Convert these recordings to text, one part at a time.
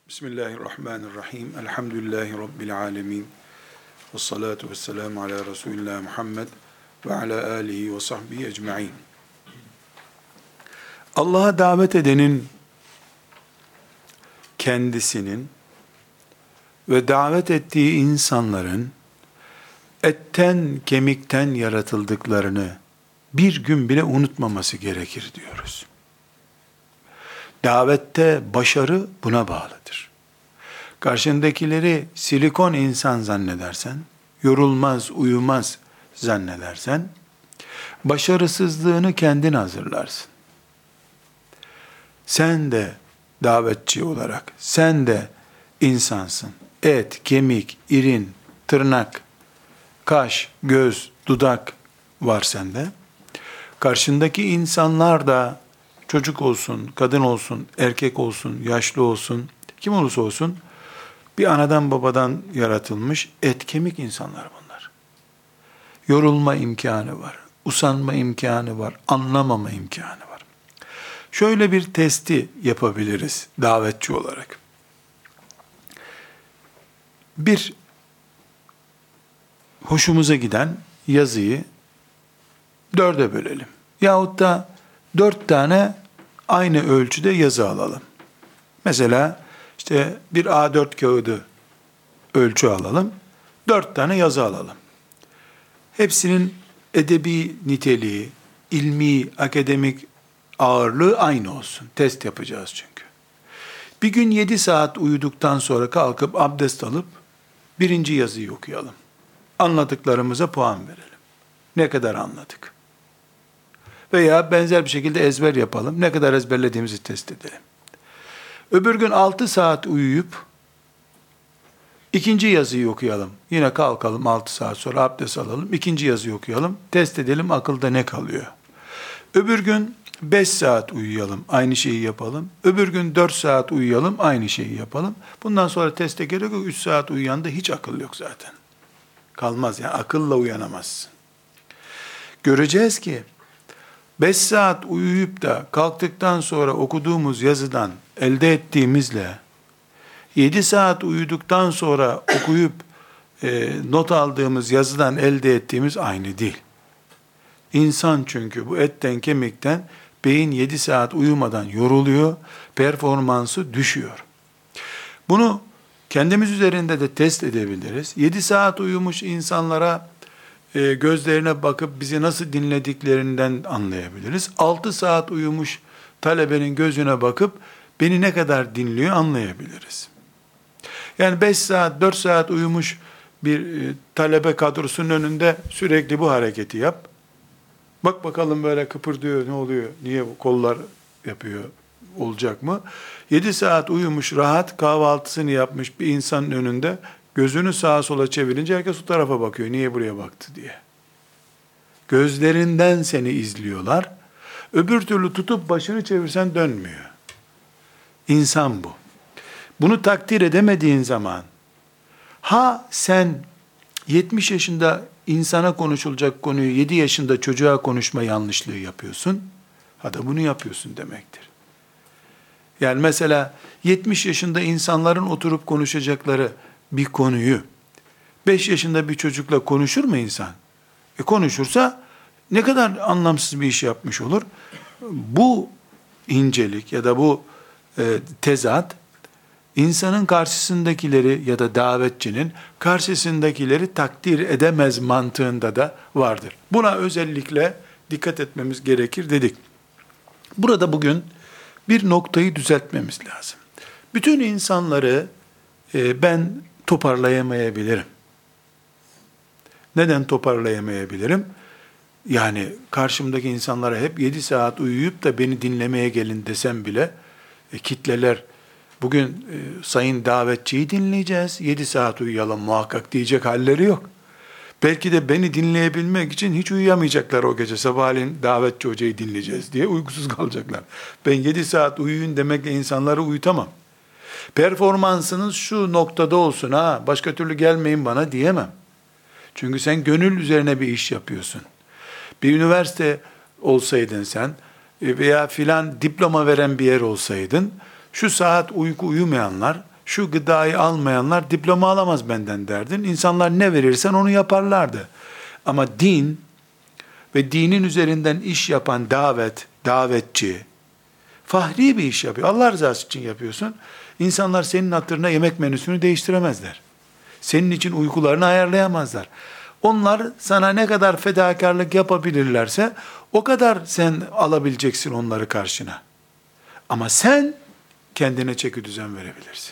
Bismillahirrahmanirrahim. Elhamdülillahi Rabbil alemin. Vessalatu vesselamu ala Resulillah Muhammed ve ala alihi ve sahbihi ecma'in. Allah'a davet edenin kendisinin ve davet ettiği insanların etten kemikten yaratıldıklarını bir gün bile unutmaması gerekir diyoruz. Davette başarı buna bağlıdır. Karşındakileri silikon insan zannedersen, yorulmaz, uyumaz zannedersen, başarısızlığını kendin hazırlarsın. Sen de davetçi olarak, sen de insansın. Et, kemik, irin, tırnak, kaş, göz, dudak var sende. Karşındaki insanlar da çocuk olsun, kadın olsun, erkek olsun, yaşlı olsun, kim olursa olsun, bir anadan babadan yaratılmış et kemik insanlar bunlar. Yorulma imkanı var, usanma imkanı var, anlamama imkanı var. Şöyle bir testi yapabiliriz davetçi olarak. Bir hoşumuza giden yazıyı 4'e bölelim. Yahut da 4 tane aynı ölçüde yazı alalım. Mesela işte bir A4 kağıdı ölçü alalım. 4 tane yazı alalım. Hepsinin edebi niteliği, ilmi, akademik ağırlığı aynı olsun. Test yapacağız çünkü. Bir gün 7 saat uyuduktan sonra kalkıp abdest alıp birinci yazıyı okuyalım. Anladıklarımıza puan verelim. Ne kadar anladık? Veya benzer bir şekilde ezber yapalım. Ne kadar ezberlediğimizi test edelim. Öbür gün 6 saat uyuyup ikinci yazıyı okuyalım. Yine kalkalım 6 saat sonra abdest alalım. İkinci yazıyı okuyalım. Test edelim akılda ne kalıyor. Öbür gün 5 saat uyuyalım. Aynı şeyi yapalım. Öbür gün 4 saat uyuyalım. Aynı şeyi yapalım. Bundan sonra teste gerek yok. 3 saat uyuyanda hiç akıl yok zaten. Kalmaz yani akılla uyanamazsın. Göreceğiz ki 5 saat uyuyup da kalktıktan sonra okuduğumuz yazıdan elde ettiğimizle 7 saat uyuduktan sonra okuyup not aldığımız yazıdan elde ettiğimiz aynı değil. İnsan çünkü bu etten kemikten beyin 7 saat uyumadan yoruluyor, performansı düşüyor. Bunu kendimiz üzerinde de test edebiliriz. 7 saat uyumuş insanlara gözlerine bakıp bizi nasıl dinlediklerinden anlayabiliriz. 6 saat uyumuş talebenin gözüne bakıp beni ne kadar dinliyor anlayabiliriz. Yani 5 saat, 4 saat uyumuş bir talebe kadrosunun önünde sürekli bu hareketi yap. Bak bakalım böyle kıpırdıyor, ne oluyor, niye bu kollar yapıyor, olacak mı? 7 saat uyumuş, rahat kahvaltısını yapmış bir insanın önünde gözünü sağa sola çevirince herkes o tarafa bakıyor. Niye buraya baktı diye. Gözlerinden seni izliyorlar. Öbür türlü tutup başını çevirsen dönmüyor. İnsan bu. Bunu takdir edemediğin zaman, ha sen 70 yaşında insana konuşulacak konuyu 7 yaşında çocuğa konuşma yanlışlığı yapıyorsun, ha da bunu yapıyorsun demektir. Yani mesela 70 yaşında insanların oturup konuşacakları bir konuyu 5 yaşında bir çocukla konuşur mu insan? Konuşursa ne kadar anlamsız bir iş yapmış olur. Bu incelik ya da bu tezat insanın karşısındakileri ya da davetçinin karşısındakileri takdir edemez mantığında da vardır. Buna özellikle dikkat etmemiz gerekir dedik. Burada bugün bir noktayı düzeltmemiz lazım. Bütün insanları ben toparlayamayabilirim. Neden toparlayamayabilirim? Yani karşımdaki insanlara hep 7 saat uyuyup da beni dinlemeye gelin desem bile kitleler bugün sayın davetçiyi dinleyeceğiz, 7 saat uyuyalım muhakkak diyecek halleri yok. Belki de beni dinleyebilmek için hiç uyuyamayacaklar o gece. Sabahleyin davetçi hocayı dinleyeceğiz diye uykusuz kalacaklar. Ben 7 saat uyuyun demekle insanları uyutamam. Performansınız şu noktada olsun ha, başka türlü gelmeyin bana diyemem. Çünkü sen gönül üzerine bir iş yapıyorsun. Bir üniversite olsaydın sen veya filan diploma veren bir yer olsaydın, şu saat uyku uyumayanlar şu gıdayı almayanlar diploma alamaz benden derdin. İnsanlar ne verirsen onu yaparlardı. Ama din ve dinin üzerinden iş yapan davetçi, fahri bir iş yapıyor. Allah rızası için yapıyorsun. İnsanlar senin hatırına yemek menüsünü değiştiremezler. Senin için uykularını ayarlayamazlar. Onlar sana ne kadar fedakarlık yapabilirlerse o kadar sen alabileceksin onları karşına. Ama sen kendine çeki düzen verebilirsin.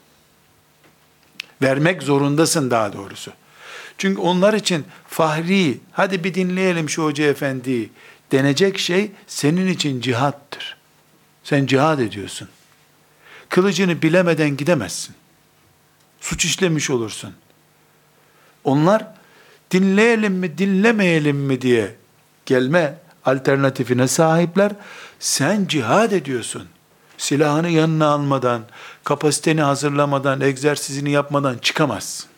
Vermek zorundasın daha doğrusu. Çünkü onlar için fahri, hadi bir dinleyelim şu hoca efendiyi denecek şey senin için cihattır. Sen cihad ediyorsun. Kılıcını bilemeden gidemezsin. Suç işlemiş olursun. Onlar dinleyelim mi dinlemeyelim mi diye gelme alternatifine sahipler. Sen cihad ediyorsun. Silahını yanına almadan, kapasiteni hazırlamadan, egzersizini yapmadan çıkamazsın.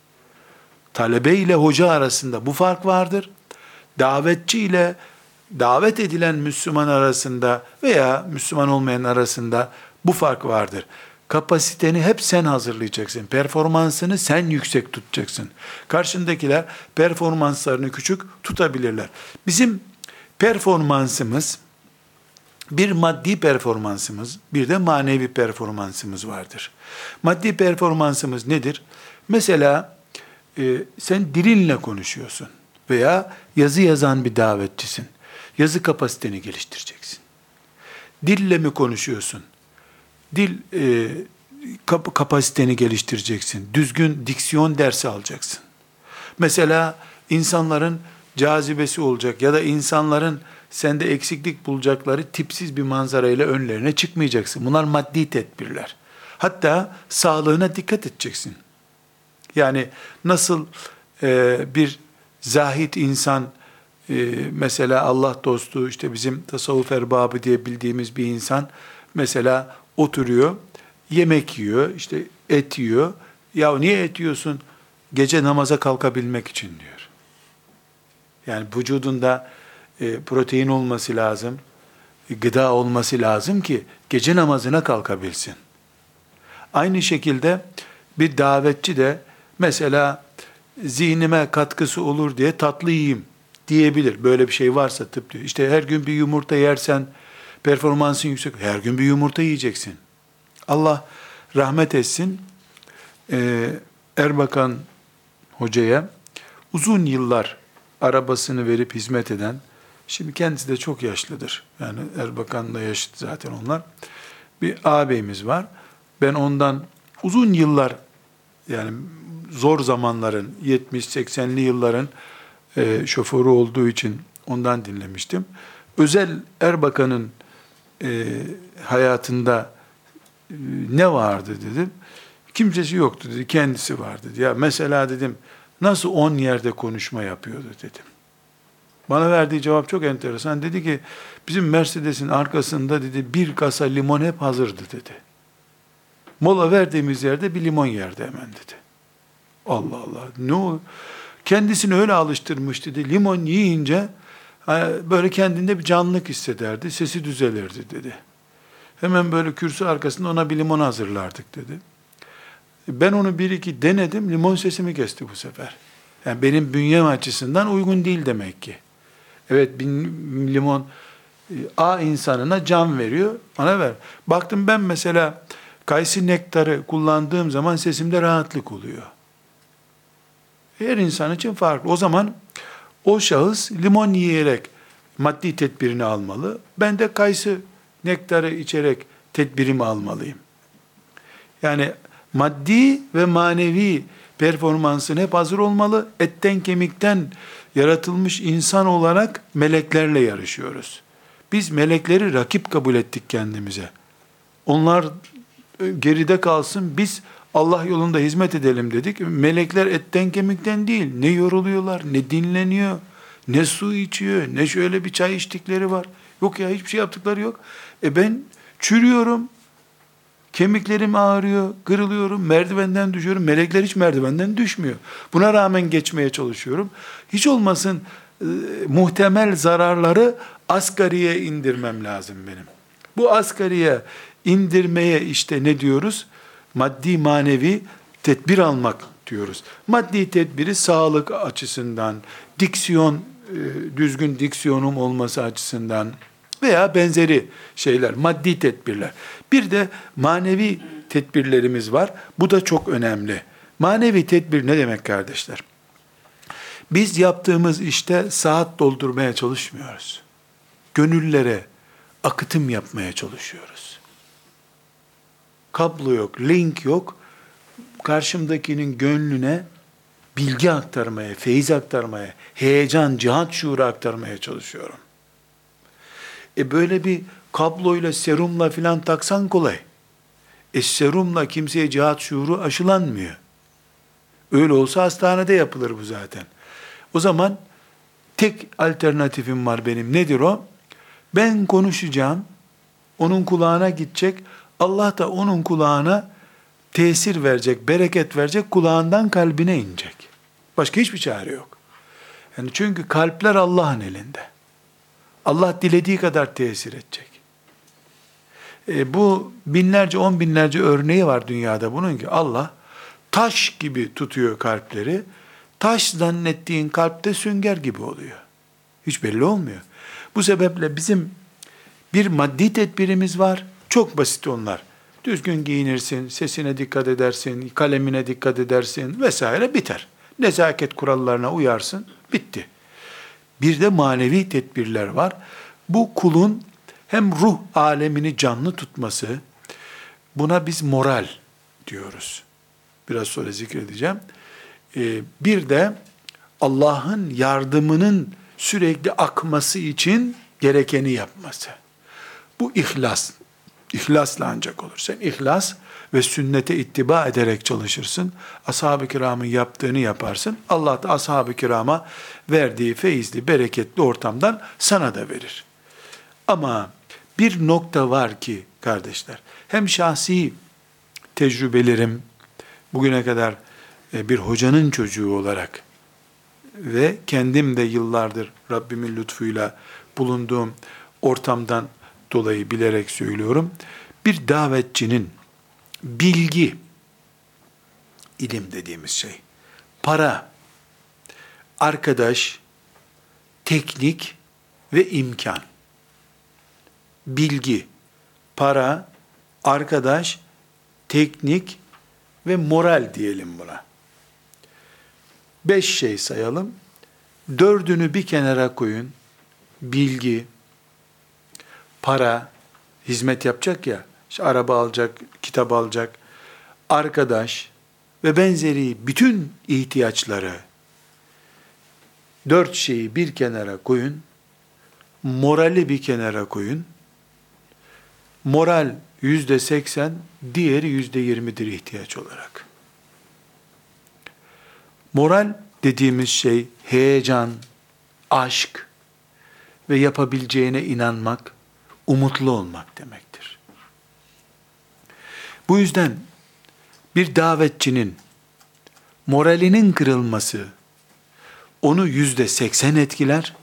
Talebe ile hoca arasında bu fark vardır. Davetçi ile davet edilen Müslüman arasında veya Müslüman olmayan arasında bu fark vardır. Kapasiteni hep sen hazırlayacaksın. Performansını sen yüksek tutacaksın. Karşındakiler performanslarını küçük tutabilirler. Bizim performansımız, bir maddi performansımız, bir de manevi performansımız vardır. Maddi performansımız nedir? Mesela sen dilinle konuşuyorsun veya yazı yazan bir davetçisin. Yazı kapasiteni geliştireceksin. Dille mi konuşuyorsun? Dil kapasiteni geliştireceksin. Düzgün diksiyon dersi alacaksın. Mesela insanların cazibesi olacak ya da insanların sende eksiklik bulacakları tipsiz bir manzarayla önlerine çıkmayacaksın. Bunlar maddi tedbirler. Hatta sağlığına dikkat edeceksin. Yani nasıl bir zahit insan, mesela Allah dostu, işte bizim tasavvuf erbabı diye bildiğimiz bir insan, mesela oturuyor, yemek yiyor, işte et yiyor. Ya niye et yiyorsun? Gece namaza kalkabilmek için diyor. Yani vücudunda protein olması lazım, gıda olması lazım ki gece namazına kalkabilsin. Aynı şekilde bir davetçi de mesela zihnime katkısı olur diye tatlı yiyeyim diyebilir. Böyle bir şey varsa tıp diyor. İşte her gün bir yumurta yersen performansın yüksek. Her gün bir yumurta yiyeceksin. Allah rahmet etsin. Erbakan hocaya uzun yıllar arabasını verip hizmet eden, şimdi kendisi de çok yaşlıdır. Yani Erbakan'la yaşlı zaten onlar. Bir ağabeyimiz var. Ben ondan uzun yıllar, yani zor zamanların 70-80'li yılların şoförü olduğu için ondan dinlemiştim. Özel Erbakan'ın hayatında ne vardı dedim. Kimsesi yoktu dedi. Kendisi vardı dedi. Ya mesela dedim nasıl 10 yerde konuşma yapıyordu dedim. Bana verdiği cevap çok enteresan. Dedi ki bizim Mercedes'in arkasında dedi bir kasa limon hep hazırdı dedi. Mola verdiğimiz yerde bir limon yerdi hemen dedi. Allah Allah. Ne o? Kendisini öyle alıştırmış dedi. Limon yiyince böyle kendinde bir canlılık hissederdi. Sesi düzelirdi dedi. Hemen böyle kürsü arkasında ona bir limon hazırlardık dedi. Ben onu bir iki denedim. Limon sesimi kesti bu sefer. Yani benim bünyem açısından uygun değil demek ki. Evet, bir limon A insanına can veriyor. Bana ver. Baktım ben mesela kayısı nektarı kullandığım zaman sesimde rahatlık oluyor. Her insan için farklı. O zaman o şahıs limon yiyerek maddi tedbirini almalı. Ben de kayısı nektarı içerek tedbirimi almalıyım. Yani maddi ve manevi performansın hep hazır olmalı. Etten kemikten yaratılmış insan olarak meleklerle yarışıyoruz. Biz melekleri rakip kabul ettik kendimize. Onlar geride kalsın, biz Allah yolunda hizmet edelim dedik. Melekler etten kemikten değil. Ne yoruluyorlar, ne dinleniyor, ne su içiyor, ne şöyle bir çay içtikleri var. Yok ya, hiçbir şey yaptıkları yok. Ben çürüyorum, kemiklerim ağrıyor, kırılıyorum, merdivenden düşüyorum. Melekler hiç merdivenden düşmüyor. Buna rağmen geçmeye çalışıyorum. Hiç olmasın muhtemel zararları asgariye indirmem lazım benim. Bu asgariye indirmeye işte ne diyoruz? Maddi manevi tedbir almak diyoruz. Maddi tedbiri sağlık açısından, düzgün diksiyonum olması açısından veya benzeri şeyler, maddi tedbirler. Bir de manevi tedbirlerimiz var. Bu da çok önemli. Manevi tedbir ne demek kardeşler? Biz yaptığımız işte saat doldurmaya çalışmıyoruz. Gönüllere akıtım yapmaya çalışıyoruz. Kablo yok, link yok. Karşımdakinin gönlüne bilgi aktarmaya, feyiz aktarmaya, heyecan, cihat şuuru aktarmaya çalışıyorum. Böyle bir kabloyla, serumla filan taksan kolay. Serumla kimseye cihat şuuru aşılanmıyor. Öyle olsa hastanede yapılır bu zaten. O zaman tek alternatifim var benim. Nedir o? Ben konuşacağım, onun kulağına gidecek, Allah da onun kulağına tesir verecek, bereket verecek, kulağından kalbine inecek. Başka hiçbir çare yok. Yani çünkü kalpler Allah'ın elinde. Allah dilediği kadar tesir edecek. Bu binlerce, on binlerce örneği var dünyada bunun ki Allah taş gibi tutuyor kalpleri. Taş zannettiğin kalpte sünger gibi oluyor. Hiç belli olmuyor. Bu sebeple bizim bir maddi tedbirimiz var. Çok basit onlar. Düzgün giyinirsin, sesine dikkat edersin, kalemine dikkat edersin vesaire biter. Nezaket kurallarına uyarsın, bitti. Bir de manevi tedbirler var. Bu kulun hem ruh alemini canlı tutması, buna biz moral diyoruz. Biraz sonra zikredeceğim. Bir de Allah'ın yardımının sürekli akması için gerekeni yapması. Bu ihlas. İhlasla ancak olur. Sen ihlas ve sünnete ittiba ederek çalışırsın. Ashab-ı kiramın yaptığını yaparsın. Allah da ashab-ı kirama verdiği feyizli, bereketli ortamdan sana da verir. Ama bir nokta var ki kardeşler, hem şahsi tecrübelerim, bugüne kadar bir hocanın çocuğu olarak ve kendim de yıllardır Rabbimin lütfuyla bulunduğum ortamdan dolayı bilerek söylüyorum. Bir davetçinin bilgi, ilim dediğimiz şey, para, arkadaş, teknik ve imkan. Bilgi, para, arkadaş, teknik ve moral diyelim buna. 5 şey sayalım. 4'ünü bir kenara koyun. Bilgi, para, hizmet yapacak ya, işte araba alacak, kitap alacak, arkadaş ve benzeri bütün ihtiyaçları, 4 şeyi bir kenara koyun, morali bir kenara koyun. Moral %80, diğeri %20'dir ihtiyaç olarak. Moral dediğimiz şey heyecan, aşk ve yapabileceğine inanmak, umutlu olmak demektir. Bu yüzden bir davetçinin moralinin kırılması onu %80 etkiler.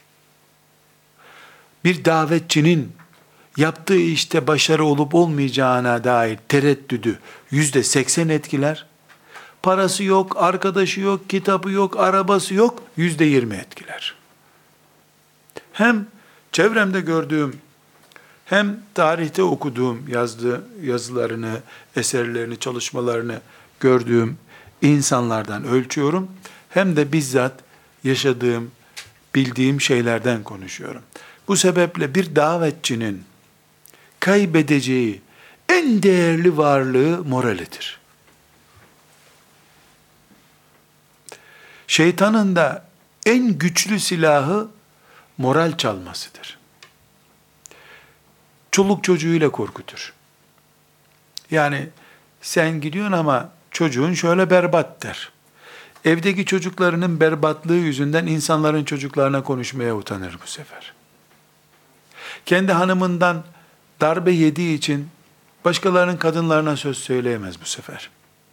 Bir davetçinin yaptığı işte başarı olup olmayacağına dair tereddüdü %80 etkiler. Parası yok, arkadaşı yok, kitabı yok, arabası yok, %20 etkiler. Hem çevremde gördüğüm, hem tarihte okuduğum, yazılarını, eserlerini, çalışmalarını gördüğüm insanlardan ölçüyorum. Hem de bizzat yaşadığım, bildiğim şeylerden konuşuyorum. Bu sebeple bir davetçinin kaybedeceği en değerli varlığı moralidir. Şeytanın da en güçlü silahı moral çalmasıdır. Çoluk çocuğuyla korkutur. Yani sen gidiyorsun ama çocuğun şöyle berbat der. Evdeki çocuklarının berbatlığı yüzünden insanların çocuklarına konuşmaya utanır bu sefer. Kendi hanımından darbe yediği için başkalarının kadınlarına söz söyleyemez bu sefer.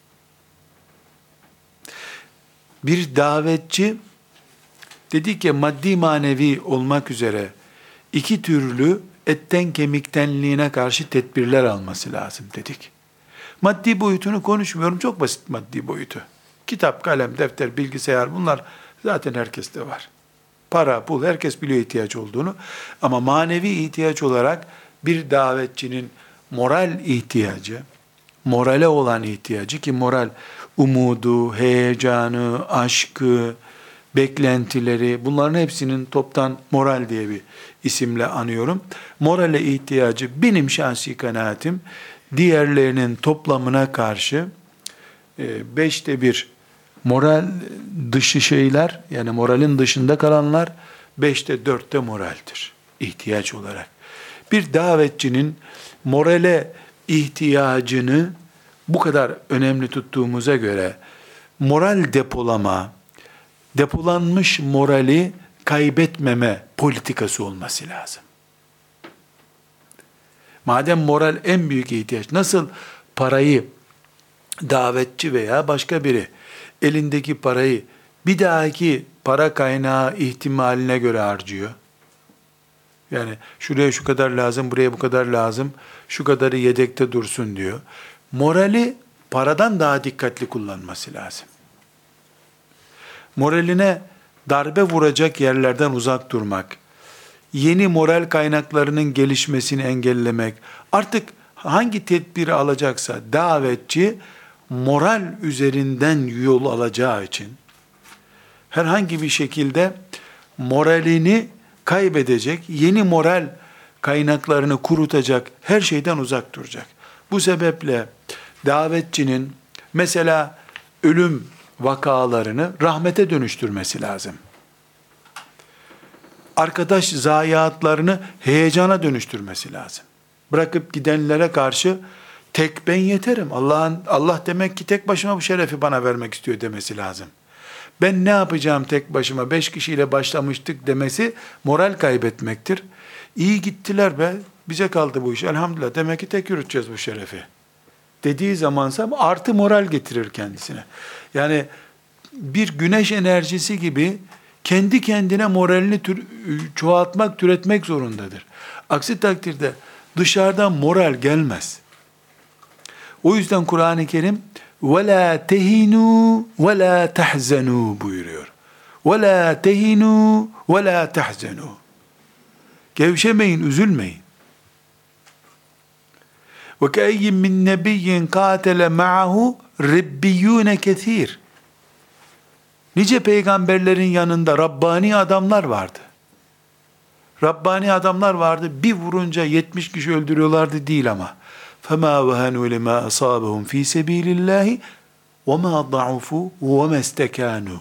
Bir davetçi, dedik ya, maddi manevi olmak üzere 2 türlü etten kemiktenliğine karşı tedbirler alması lazım dedik. Maddi boyutunu konuşmuyorum. Çok basit maddi boyutu. Kitap, kalem, defter, bilgisayar, bunlar zaten herkeste var. Para, pul, herkes biliyor ihtiyaç olduğunu. Ama manevi ihtiyaç olarak bir davetçinin moral ihtiyacı, morale olan ihtiyacı, ki moral umudu, heyecanı, aşkı, beklentileri, bunların hepsinin toptan moral diye bir isimle anıyorum. Morale ihtiyacı, benim şahsi kanaatim, diğerlerinin toplamına karşı 1/5 moral dışı şeyler, yani moralin dışında kalanlar 4'te moraldir ihtiyaç olarak. Bir davetçinin morale ihtiyacını bu kadar önemli tuttuğumuza göre moral depolama, depolanmış morali kaybetmeme politikası olması lazım. Madem moral en büyük ihtiyaç, nasıl parayı davetçi veya başka biri elindeki parayı bir dahaki para kaynağı ihtimaline göre harcıyor? Yani şuraya şu kadar lazım, buraya bu kadar lazım, şu kadarı yedekte dursun diyor. Morali paradan daha dikkatli kullanması lazım. Moraline darbe vuracak yerlerden uzak durmak, yeni moral kaynaklarının gelişmesini engellemek, artık hangi tedbiri alacaksa davetçi moral üzerinden yol alacağı için herhangi bir şekilde moralini kaybedecek, yeni moral kaynaklarını kurutacak her şeyden uzak duracak. Bu sebeple davetçinin mesela ölüm vakalarını rahmete dönüştürmesi lazım. Arkadaş zayiatlarını heyecana dönüştürmesi lazım. Bırakıp gidenlere karşı tek ben yeterim, Allah demek ki tek başıma bu şerefi bana vermek istiyor demesi lazım. Ben ne yapacağım tek başıma, 5 kişiyle başlamıştık demesi moral kaybetmektir. İyi gittiler be, bize kaldı bu iş, elhamdülillah, demek ki tek yürüteceğiz bu şerefi dediği zamansa artı moral getirir kendisine. Yani bir güneş enerjisi gibi kendi kendine moralini çoğaltmak, türetmek zorundadır. Aksi takdirde dışarıdan moral gelmez. O yüzden Kur'an-ı Kerim وَلَا تَهِنُوا وَلَا تَحْزَنُوا buyuruyor. وَلَا تَهِنُوا وَلَا تَحْزَنُوا. Gevşemeyin, üzülmeyin. وَكَأَيِّن مِّن نَبِيٍّ قَاتَلَ مَعَهُ رِبِّيُّونَ كَثِيرٌ. Nice peygamberlerin yanında Rabbani adamlar vardı. Rabbani adamlar vardı. Bir vurunca 70 kişi öldürüyorlardı değil ama. فَمَا وَهَنُوا لِمَا أَصَابَهُمْ ف۪ي سَب۪يلِ اللّٰهِ وَمَا ضَعُفُوا وَمَا اسْتَكَانُوا.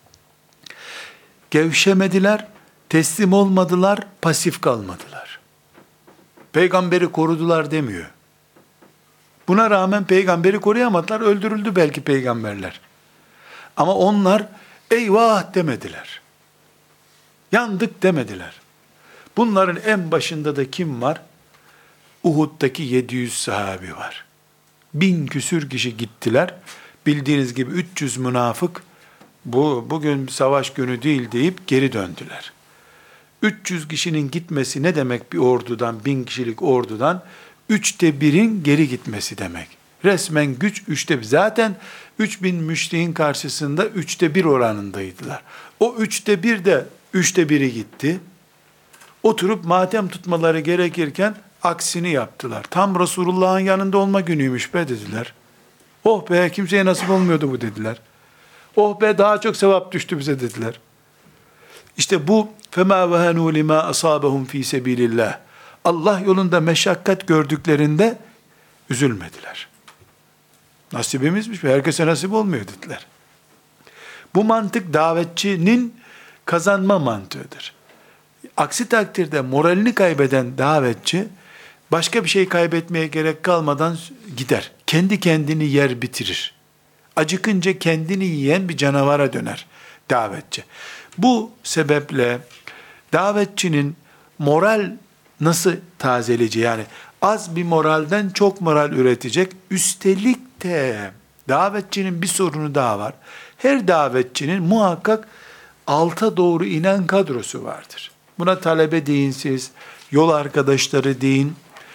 Gevşemediler, teslim olmadılar, pasif kalmadılar. Peygamberi korudular demiyor. Buna rağmen peygamberi koruyamadılar, öldürüldü belki peygamberler. Ama onlar eyvah demediler. Yandık demediler. Bunların en başında da kim var? Uhud'daki 700 sahabi var. 1000 küsür kişi gittiler. Bildiğiniz gibi 300 münafık bugün savaş günü değil deyip geri döndüler. 300 kişinin gitmesi ne demek bir ordudan, 1000 kişilik ordudan? 1/3'ün geri gitmesi demek. Resmen güç 1/3. Zaten 3000 müşriğin karşısında 1/3 oranındaydılar. O 1/3 de 1/3'ü gitti. Oturup matem tutmaları gerekirken aksini yaptılar. Tam Resulullah'ın yanında olma günüymüş be dediler. Oh be, kimseye nasip olmuyordu bu dediler. Oh be, daha çok sevap düştü bize dediler. İşte bu فَمَا وَهَنُوا لِمَا أَصَابَهُمْ ف۪ي سَب۪يلِ اللّٰهِ. Allah yolunda meşakkat gördüklerinde üzülmediler. Nasibimizmiş ve herkese nasip olmuyor dediler. Bu mantık davetçinin kazanma mantığıdır. Aksi takdirde moralini kaybeden davetçi başka bir şey kaybetmeye gerek kalmadan gider. Kendi kendini yer bitirir. Acıkınca kendini yiyen bir canavara döner davetçi. Bu sebeple davetçinin moral nasıl tazeleyeceği, yani az bir moralden çok moral üretecek. Üstelik de davetçinin bir sorunu daha var. Her davetçinin muhakkak alta doğru inen kadrosu vardır. Buna talebe deyin siz, yol arkadaşları deyin,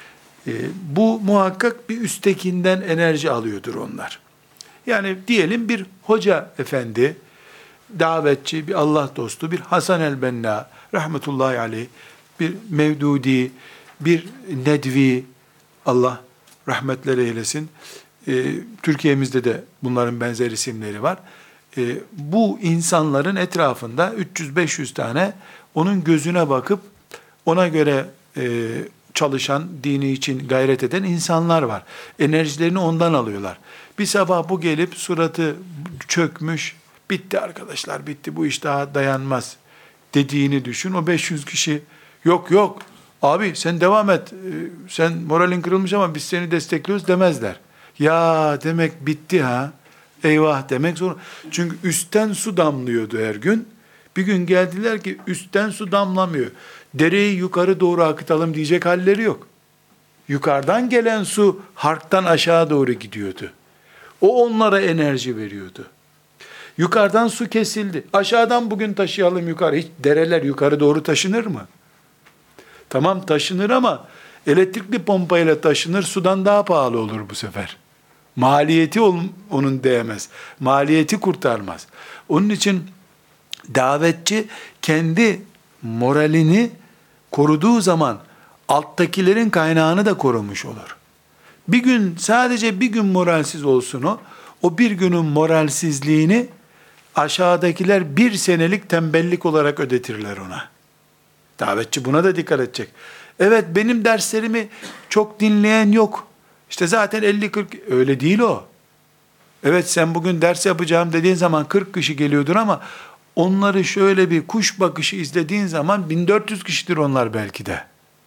Bu muhakkak bir üsttekinden enerji alıyordur onlar. Yani diyelim bir hoca efendi, davetçi, bir Allah dostu, bir Hasan el-Benna, rahmetullahi aleyh, bir Mevdudi, bir Nedvi, Allah rahmetler eylesin. Türkiye'mizde de bunların benzer isimleri var. Bu insanların etrafında 300-500 tane onun gözüne bakıp ona göre çalışan, dini için gayret eden insanlar var. Enerjilerini ondan alıyorlar. Bir sabah bu gelip suratı çökmüş, bitti arkadaşlar, bitti, bu iş daha dayanmaz dediğini düşün. O 500 kişi yok yok abi sen devam et, sen moralin kırılmış ama biz seni destekliyoruz demezler. Ya demek bitti ha, eyvah demek zor. Çünkü üstten su damlıyordu her gün. Bir gün geldiler ki üstten su damlamıyor. Dereyi yukarı doğru akıtalım diyecek halleri yok. Yukarıdan gelen su harktan aşağı doğru gidiyordu. O onlara enerji veriyordu. Yukarıdan su kesildi. Aşağıdan bugün taşıyalım yukarı. Hiç dereler yukarı doğru taşınır mı? Tamam taşınır ama elektrikli pompayla taşınır, sudan daha pahalı olur bu sefer. Maliyeti onun değmez. Maliyeti kurtarmaz. Onun için davetçi kendi moralini koruduğu zaman alttakilerin kaynağını da korumuş olur. Bir gün, sadece bir gün moralsiz olsun o. O bir günün moralsizliğini aşağıdakiler bir senelik tembellik olarak ödetirler ona. Davetçi buna da dikkat edecek. Evet benim derslerimi çok dinleyen yok. İşte zaten 50-40, öyle değil o. Evet sen bugün ders yapacağım dediğin zaman 40 kişi geliyordur ama onları şöyle bir kuş bakışı izlediğin zaman 1400 kişidir onlar belki de.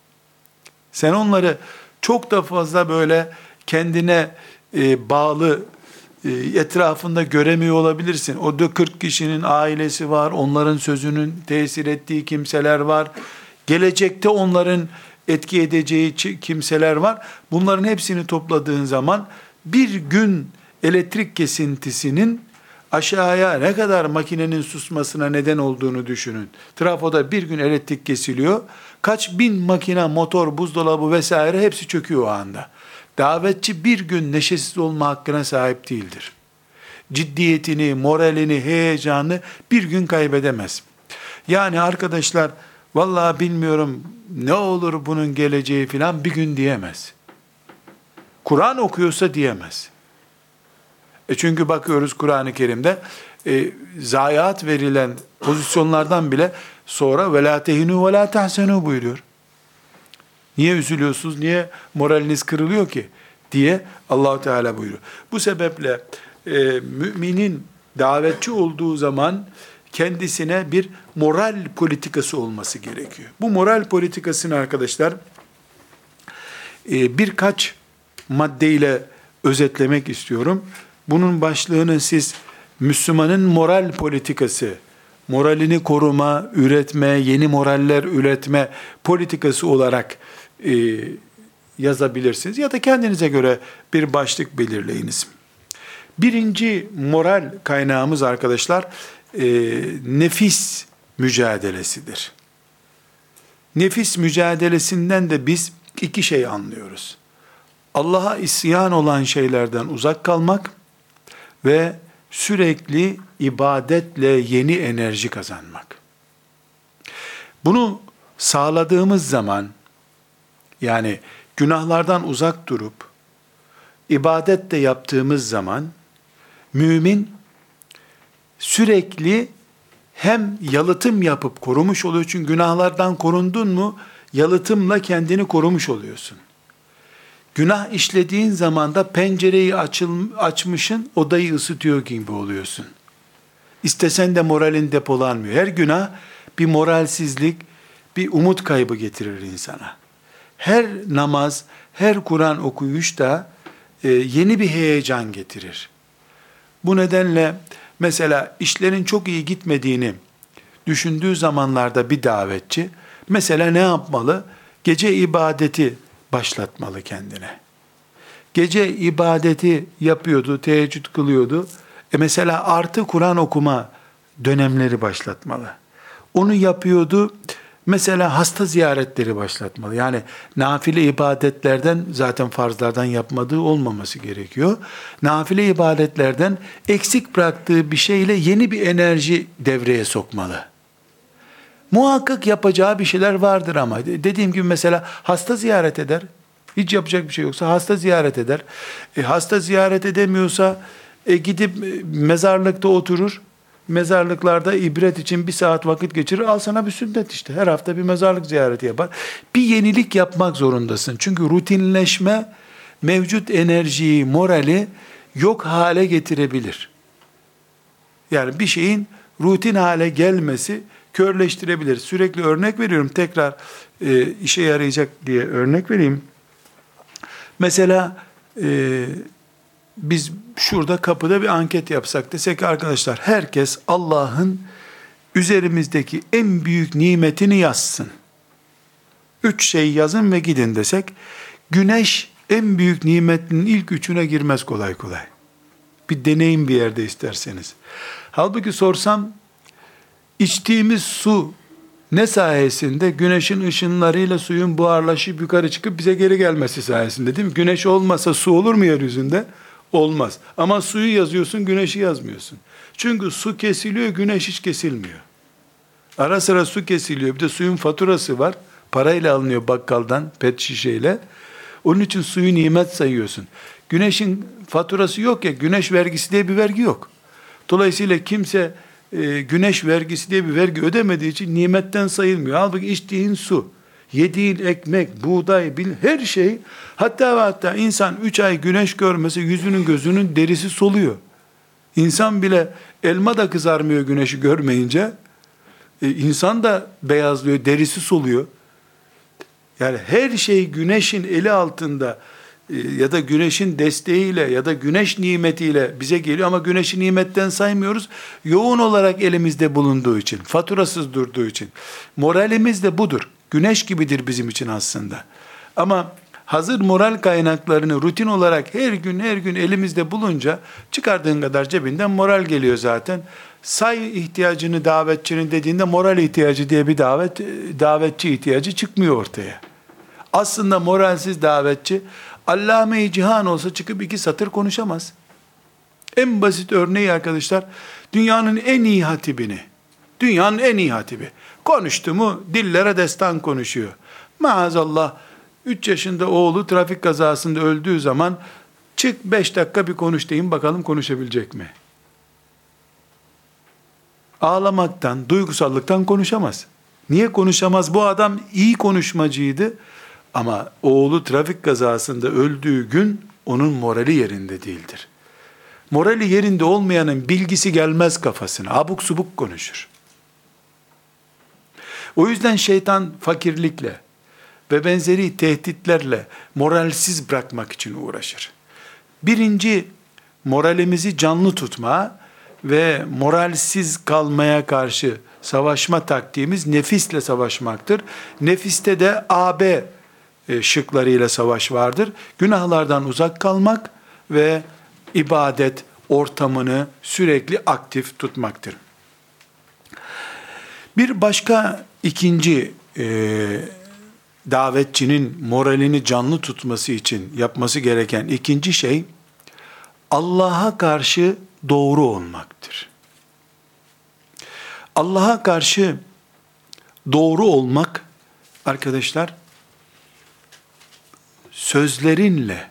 Sen onları çok da fazla böyle kendine bağlı etrafında göremiyor olabilirsin. O da 40 kişinin ailesi var, onların sözünün tesir ettiği kimseler var. Gelecekte onların etki edeceği kimseler var. Bunların hepsini topladığın zaman bir gün elektrik kesintisinin aşağıya ne kadar makinenin susmasına neden olduğunu düşünün. Trafoda bir gün elektrik kesiliyor. Kaç bin makine, motor, buzdolabı vesaire hepsi çöküyor o anda. Davetçi bir gün neşesiz olma hakkına sahip değildir. Ciddiyetini, moralini, heyecanını bir gün kaybedemez. Yani arkadaşlar vallahi bilmiyorum ne olur bunun geleceği filan bir gün diyemez. Kur'an okuyorsa diyemez. Çünkü bakıyoruz Kur'an-ı Kerim'de zayiat verilen pozisyonlardan bile sonra ve la tehinu ve la tahsenu buyuruyor. Niye üzülüyorsunuz? Niye moraliniz kırılıyor ki? Diye Allah-u Teala buyuruyor. Bu sebeple müminin davetçi olduğu zaman kendisine bir moral politikası olması gerekiyor. Bu moral politikasını arkadaşlar birkaç maddeyle özetlemek istiyorum. Bunun başlığını siz Müslümanın moral politikası, moralini koruma, üretme, yeni moraller üretme politikası olarak yazabilirsiniz. Ya da kendinize göre bir başlık belirleyiniz. Birinci moral kaynağımız arkadaşlar, nefis mücadelesidir. Nefis mücadelesinden de biz iki şey anlıyoruz. Allah'a isyan olan şeylerden uzak kalmak ve sürekli ibadetle yeni enerji kazanmak. Bunu sağladığımız zaman, yani günahlardan uzak durup ibadet de yaptığımız zaman mümin sürekli hem yalıtım yapıp korumuş oluyor. Çünkü günahlardan korundun mu yalıtımla kendini korumuş oluyorsun. Günah işlediğin zaman da pencereyi açmışın, odayı ısıtıyor gibi oluyorsun. İstesen de moralin depolanmıyor. Her günah bir moralsizlik, bir umut kaybı getirir insana. Her namaz, her Kur'an okuyuş da yeni bir heyecan getirir. Bu nedenle mesela işlerin çok iyi gitmediğini düşündüğü zamanlarda bir davetçi, mesela ne yapmalı? Gece ibadeti başlatmalı kendine. Gece ibadeti yapıyordu, teheccüd kılıyordu. Mesela artı Kur'an okuma dönemleri başlatmalı. Onu yapıyordu, Mesela hasta ziyaretleri başlatmalı. Yani nafile ibadetlerden, zaten farzlardan yapmadığı olmaması gerekiyor. Nafile ibadetlerden eksik bıraktığı bir şeyle yeni bir enerji devreye sokmalı. Muhakkak yapacağı bir şeyler vardır ama dediğim gibi mesela hasta ziyaret eder. Hiç yapacak bir şey yoksa hasta ziyaret eder. Hasta ziyaret edemiyorsa gidip mezarlıkta oturur. Mezarlıklarda ibret için bir saat vakit geçirir. Al sana bir sünnet işte. Her hafta bir mezarlık ziyareti yapar. Bir yenilik yapmak zorundasın. Çünkü rutinleşme mevcut enerjiyi, morali yok hale getirebilir. Yani bir şeyin rutin hale gelmesi körleştirebilir. Sürekli örnek veriyorum. Tekrar işe yarayacak diye örnek vereyim. Mesela biz şurada kapıda bir anket yapsak, desek ki arkadaşlar herkes Allah'ın üzerimizdeki en büyük nimetini yazsın. 3 şey yazın ve gidin desek, güneş en büyük nimetinin ilk 3'üne girmez kolay kolay. Bir deneyin bir yerde isterseniz. Halbuki sorsam, içtiğimiz su ne sayesinde? Güneşin ışınlarıyla suyun buharlaşıp yukarı çıkıp bize geri gelmesi sayesinde, değil mi? Güneş olmasa su olur mu yeryüzünde? Olmaz. Ama suyu yazıyorsun, güneşi yazmıyorsun. Çünkü su kesiliyor, güneş hiç kesilmiyor. Ara sıra su kesiliyor. Bir de suyun faturası var. Parayla alınıyor bakkaldan, pet şişeyle. Onun için suyu nimet sayıyorsun. Güneşin faturası yok ya, güneş vergisi diye bir vergi yok. Dolayısıyla kimse güneş vergisi diye bir vergi ödemediği için nimetten sayılmıyor. Halbuki içtiğin su, yediğin ekmek, buğday, her şey, hatta ve hatta insan 3 ay güneş görmese yüzünün gözünün derisi soluyor. İnsan bile, elma da kızarmıyor güneşi görmeyince. İnsan da beyazlıyor, derisi soluyor. Yani her şey güneşin eli altında ya da güneşin desteğiyle ya da güneş nimetiyle bize geliyor ama güneşi nimetten saymıyoruz. Yoğun olarak elimizde bulunduğu için, faturasız durduğu için. Moralimiz de budur. Güneş gibidir bizim için aslında. Ama hazır moral kaynaklarını rutin olarak her gün elimizde bulunca, çıkardığın kadar cebinden moral geliyor zaten. Say ihtiyacını davetçinin dediğinde moral ihtiyacı diye bir davetçi ihtiyacı çıkmıyor ortaya. Aslında moralsiz davetçi Allame-i Cihan olsa çıkıp 2 satır konuşamaz. En basit örneği arkadaşlar, dünyanın en iyi hatibi konuştu mu dillere destan konuşuyor. Maazallah 3 yaşında oğlu trafik kazasında öldüğü zaman çık 5 dakika bir konuş deyin bakalım konuşabilecek mi? Ağlamaktan, duygusallıktan konuşamaz. Niye konuşamaz? Bu adam iyi konuşmacıydı ama oğlu trafik kazasında öldüğü gün onun morali yerinde değildir. Morali yerinde olmayanın bilgisi gelmez kafasına. Abuk subuk konuşur. O yüzden şeytan fakirlikle ve benzeri tehditlerle moralsiz bırakmak için uğraşır. Birinci, moralimizi canlı tutma ve moralsiz kalmaya karşı savaşma taktiğimiz nefisle savaşmaktır. Nefiste de AB şıklarıyla savaş vardır. Günahlardan uzak kalmak ve ibadet ortamını sürekli aktif tutmaktır. Bir başka ikinci davetçinin moralini canlı tutması için yapması gereken ikinci şey, Allah'a karşı doğru olmaktır. Allah'a karşı doğru olmak arkadaşlar, sözlerinle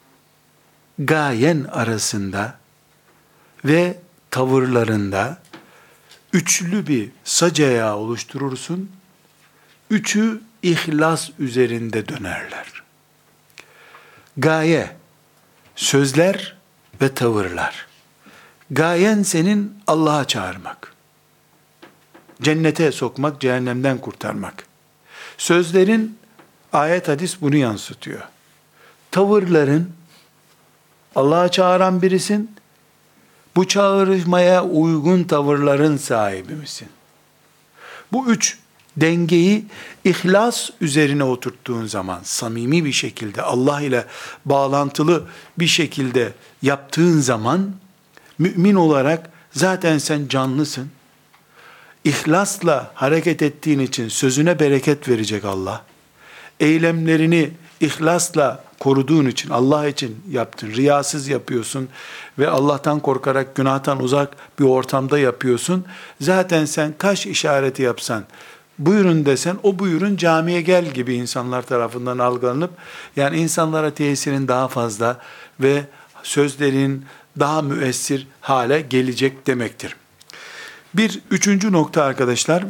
gayen arasında ve tavırlarında üçlü bir sac ayağı oluşturursun. Üçü ihlas üzerinde dönerler. Gaye, sözler ve tavırlar. Gayen senin Allah'a çağırmak. Cennete sokmak, cehennemden kurtarmak. Sözlerin, ayet hadis bunu yansıtıyor. Tavırların, Allah'a çağıran birisin, bu çağrışmaya uygun tavırların sahibi misin? Bu üç dengeyi ihlas üzerine oturttuğun zaman, samimi bir şekilde, Allah ile bağlantılı bir şekilde yaptığın zaman, mümin olarak zaten sen canlısın. İhlasla hareket ettiğin için sözüne bereket verecek Allah. Eylemlerini ihlasla koruduğun için, Allah için yaptın, riyasız yapıyorsun ve Allah'tan korkarak günahtan uzak bir ortamda yapıyorsun. Zaten sen kaş işareti yapsan, buyurun desen, o buyurun camiye gel gibi insanlar tarafından algılanıp, yani insanlara tesirin daha fazla ve sözlerin daha müessir hale gelecek demektir. Bir üçüncü nokta arkadaşlar,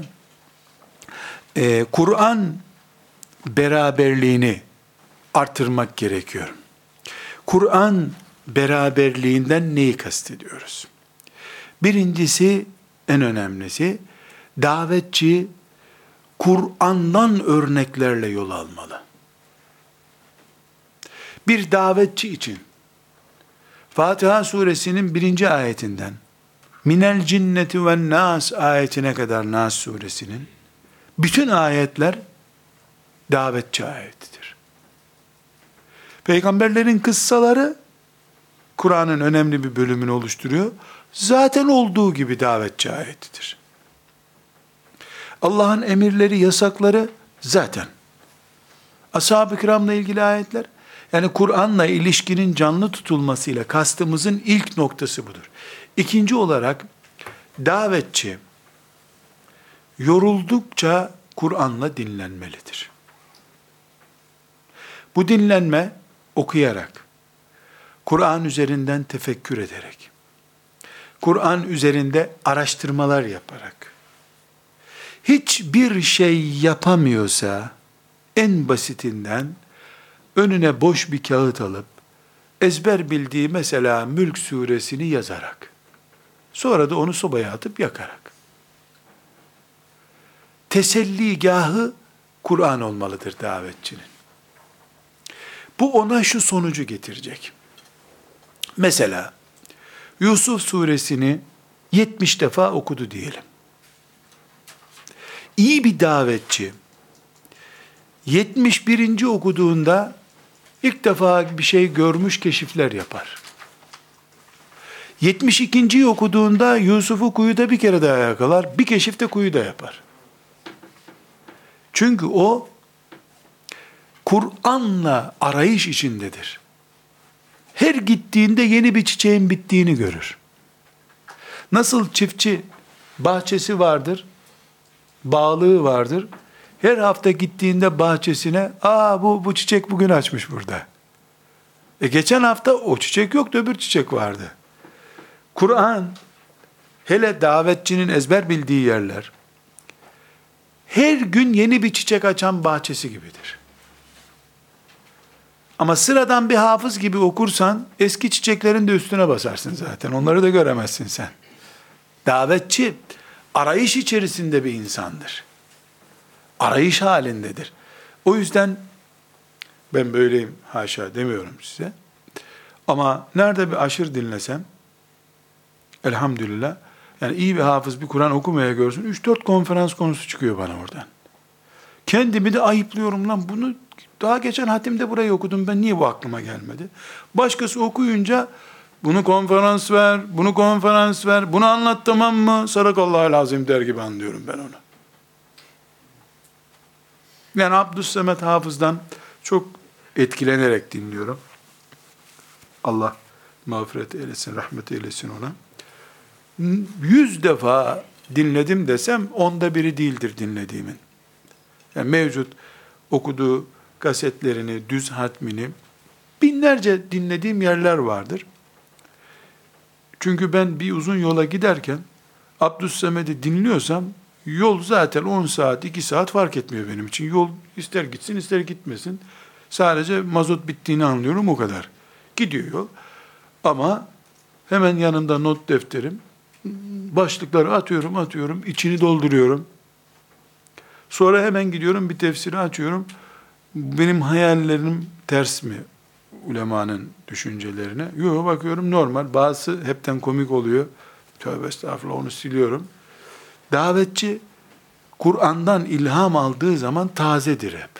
Kur'an beraberliğini artırmak gerekiyor. Kur'an beraberliğinden neyi kastediyoruz? Birincisi, en önemlisi, davetçi Kur'an'dan örneklerle yol almalı. Bir davetçi için Fatiha suresinin 1. ayetinden minel cinneti ve nas ayetine kadar, Nas suresinin bütün ayetler davetçi ayetidir. Peygamberlerin kıssaları Kur'an'ın önemli bir bölümünü oluşturuyor. Zaten olduğu gibi davetçi ayetidir. Allah'ın emirleri, yasakları zaten. Ashab-ı kiramla ilgili ayetler, yani Kur'an'la ilişkinin canlı tutulmasıyla kastımızın ilk noktası budur. İkinci olarak, davetçi yoruldukça Kur'an'la dinlenmelidir. Bu dinlenme okuyarak, Kur'an üzerinden tefekkür ederek, Kur'an üzerinde araştırmalar yaparak, hiçbir şey yapamıyorsa, en basitinden önüne boş bir kağıt alıp, ezber bildiği mesela Mülk suresini yazarak, sonra da onu sobaya atıp yakarak, teselligahı Kur'an olmalıdır davetçinin. Bu ona şu sonucu getirecek. Mesela, Yusuf suresini 70 defa okudu diyelim. İyi bir davetçi, 71. okuduğunda ilk defa bir şey görmüş, keşifler yapar. 72. okuduğunda Yusuf'u kuyuda bir kere daha yakalar, bir keşifte kuyuda yapar. Çünkü o, Kur'an'la arayış içindedir. Her gittiğinde yeni bir çiçeğin bittiğini görür. Nasıl çiftçi bahçesi vardır, bağlığı vardır. Her hafta gittiğinde bahçesine, bu çiçek bugün açmış burada. Geçen hafta o çiçek yoktu, öbür çiçek vardı. Kur'an, hele davetçinin ezber bildiği yerler, her gün yeni bir çiçek açan bahçesi gibidir. Ama sıradan bir hafız gibi okursan, eski çiçeklerin de üstüne basarsın zaten. Onları da göremezsin sen. Davetçi, arayış içerisinde bir insandır. Arayış halindedir. O yüzden, ben böyleyim haşa demiyorum size. Ama nerede bir aşır dinlesem, elhamdülillah, yani iyi bir hafız bir Kur'an okumaya görsün, 3-4 konferans konusu çıkıyor bana oradan. Kendimi de ayıplıyorum, lan bunu daha geçen hatimde burayı okudum, ben niye bu aklıma gelmedi? Başkası okuyunca, bunu konferans ver, bunu konferans ver, bunu anlat, tamam mı? Sadakallahu lazim der gibi anlıyorum ben onu. Yani Abdüssemet Hafız'dan çok etkilenerek dinliyorum. Allah mağfiret eylesin, rahmet eylesin ona. 100 defa dinledim desem, 10'da biri değildir dinlediğimin. Yani mevcut okuduğu kasetlerini, düz hatmini binlerce dinlediğim yerler vardır. Çünkü ben bir uzun yola giderken Abdüssemet'i dinliyorsam, yol zaten 10 saat, 2 saat fark etmiyor benim için. Yol ister gitsin ister gitmesin. Sadece mazot bittiğini anlıyorum, o kadar. Gidiyor yol. Ama hemen yanında not defterim. Başlıkları atıyorum, içini dolduruyorum. Sonra hemen gidiyorum, bir tefsiri açıyorum. Benim hayallerim ters mi ulemanın düşüncelerine? Yok, bakıyorum normal. Bazısı hepten komik oluyor. Tövbe estağfurullah, onu siliyorum. Davetçi Kur'an'dan ilham aldığı zaman tazedir hep.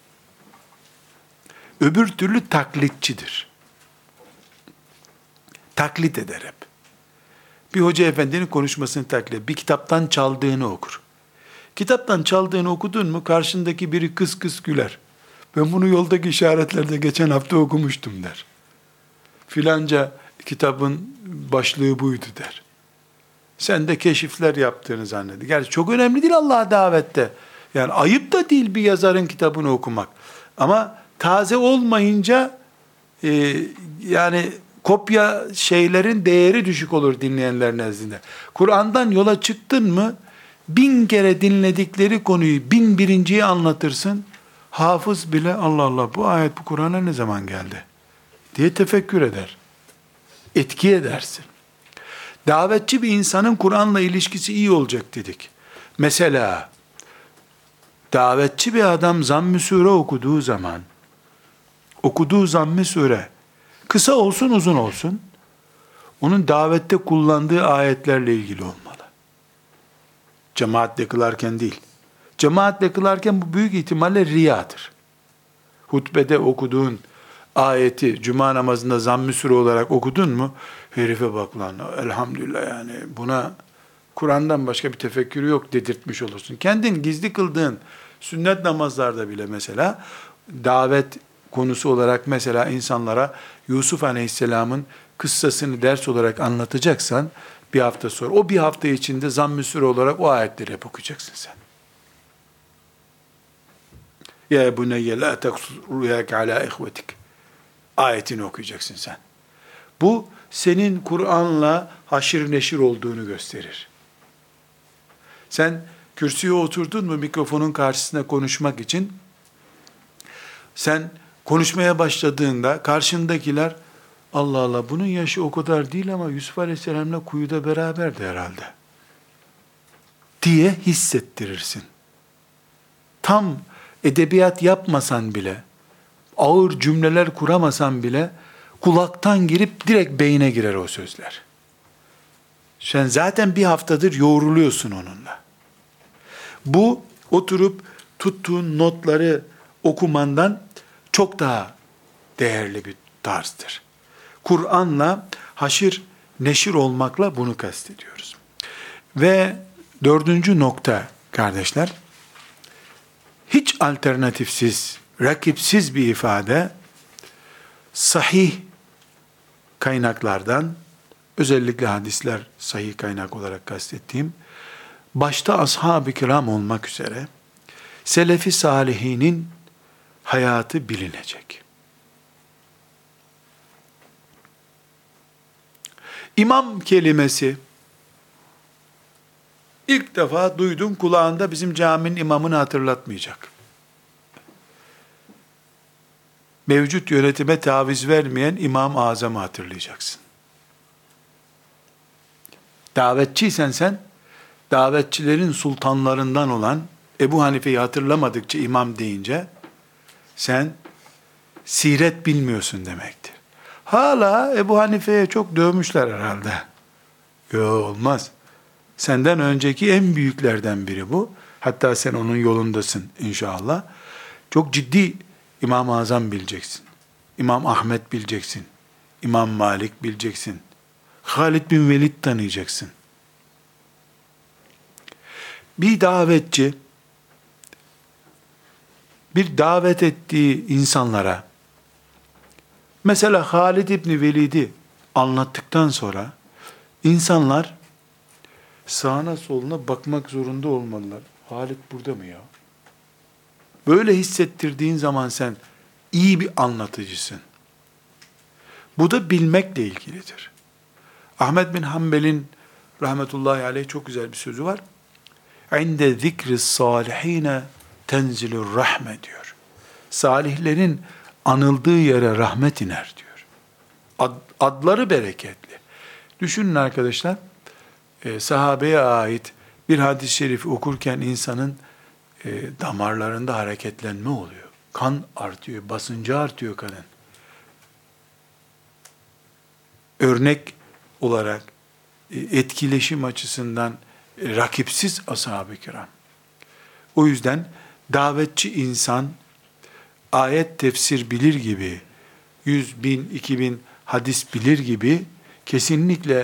Öbür türlü taklitçidir. Taklit eder hep. Bir hoca efendinin konuşmasını taklit, bir kitaptan çaldığını okur. Kitaptan çaldığını okudun mu karşındaki biri kıs kıs güler. Ben bunu yoldaki işaretlerde geçen hafta okumuştum der. Filanca kitabın başlığı buydu der. Sen de keşifler yaptığını zannediyor. Gerçi çok önemli değil Allah'a davette. Yani ayıp da değil bir yazarın kitabını okumak. Ama taze olmayınca yani kopya şeylerin değeri düşük olur dinleyenler nezdinde. Kur'an'dan yola çıktın mı 1000 kere dinledikleri konuyu 1001'inciyi anlatırsın. Hafız bile Allah Allah bu ayet bu Kur'an'a ne zaman geldi diye tefekkür eder. Etki edersin. Davetçi bir insanın Kur'an'la ilişkisi iyi olacak dedik. Mesela davetçi bir adam Zamm-ı Sure okuduğu Zamm-ı Sure kısa olsun uzun olsun onun davette kullandığı ayetlerle ilgili olmalı. Cemaatle kılarken değil. Cemaatle kılarken bu büyük ihtimalle riyadır. Hutbede okuduğun ayeti cuma namazında Zamm-ı Sure olarak okudun mu? Herife bak lan elhamdülillah yani buna Kur'an'dan başka bir tefekkürü yok dedirtmiş olursun. Kendin gizli kıldığın sünnet namazlarda bile mesela davet konusu olarak mesela insanlara Yusuf Aleyhisselam'ın kıssasını ders olarak anlatacaksan bir hafta sonra o bir hafta içinde Zamm-ı Sure olarak o ayetleri hep okuyacaksın sen. Ya buneyye la taksur rüyâke alâ ihvetik ayetini okuyacaksın sen. Bu senin Kur'an'la haşir neşir olduğunu gösterir. Sen kürsüye oturdun mu mikrofonun karşısında konuşmak için sen konuşmaya başladığında karşındakiler Allah Allah bunun yaşı o kadar değil ama Yusuf Aleyhisselam'la kuyuda beraberdi herhalde diye hissettirirsin. Tam edebiyat yapmasan bile, ağır cümleler kuramasan bile kulaktan girip direkt beyne girer o sözler. Sen zaten bir haftadır yoğruluyorsun onunla. Bu oturup tuttuğun notları okumandan çok daha değerli bir tarzdır. Kur'an'la haşir neşir olmakla bunu kastediyoruz. Ve dördüncü nokta kardeşler, hiç alternatifsiz, rakipsiz bir ifade, sahih kaynaklardan, özellikle hadisler sahih kaynak olarak kastettiğim, başta ashab-ı kiram olmak üzere, selefi salihinin hayatı bilinecek. İmam kelimesi, ilk defa duydun kulağında bizim caminin imamını hatırlatmayacak. Mevcut yönetime taviz vermeyen İmam-ı Azam'ı hatırlayacaksın. Davetçiysen sen, davetçilerin sultanlarından olan Ebu Hanife'yi hatırlamadıkça imam deyince, sen siret bilmiyorsun demektir. Hala Ebu Hanife'ye çok dövmüşler herhalde. Yok olmaz. Senden önceki en büyüklerden biri bu. Hatta sen onun yolundasın inşallah. Çok ciddi İmam-ı Azam bileceksin. İmam Ahmet bileceksin. İmam Malik bileceksin. Halid bin Velid tanıyacaksın. Bir davetçi, bir davet ettiği insanlara, mesela Halid İbni Velid'i anlattıktan sonra, insanlar sağına soluna bakmak zorunda olmalılar. Halid burada mı ya? Böyle hissettirdiğin zaman sen iyi bir anlatıcısın. Bu da bilmekle ilgilidir. Ahmed bin Hanbel'in rahmetullahi aleyh çok güzel bir sözü var. İnde zikri salihine tenzilur rahme diyor. Salihlerin anıldığı yere rahmet iner diyor. Adları bereketli. Düşünün arkadaşlar, sahabeye ait bir hadis-i şerif okurken insanın damarlarında hareketlenme oluyor. Kan artıyor, basıncı artıyor kanın. Örnek olarak etkileşim açısından rakipsiz ashab-ı kiram. O yüzden davetçi insan ayet tefsir bilir gibi, 100 bin, 2000 hadis bilir gibi kesinlikle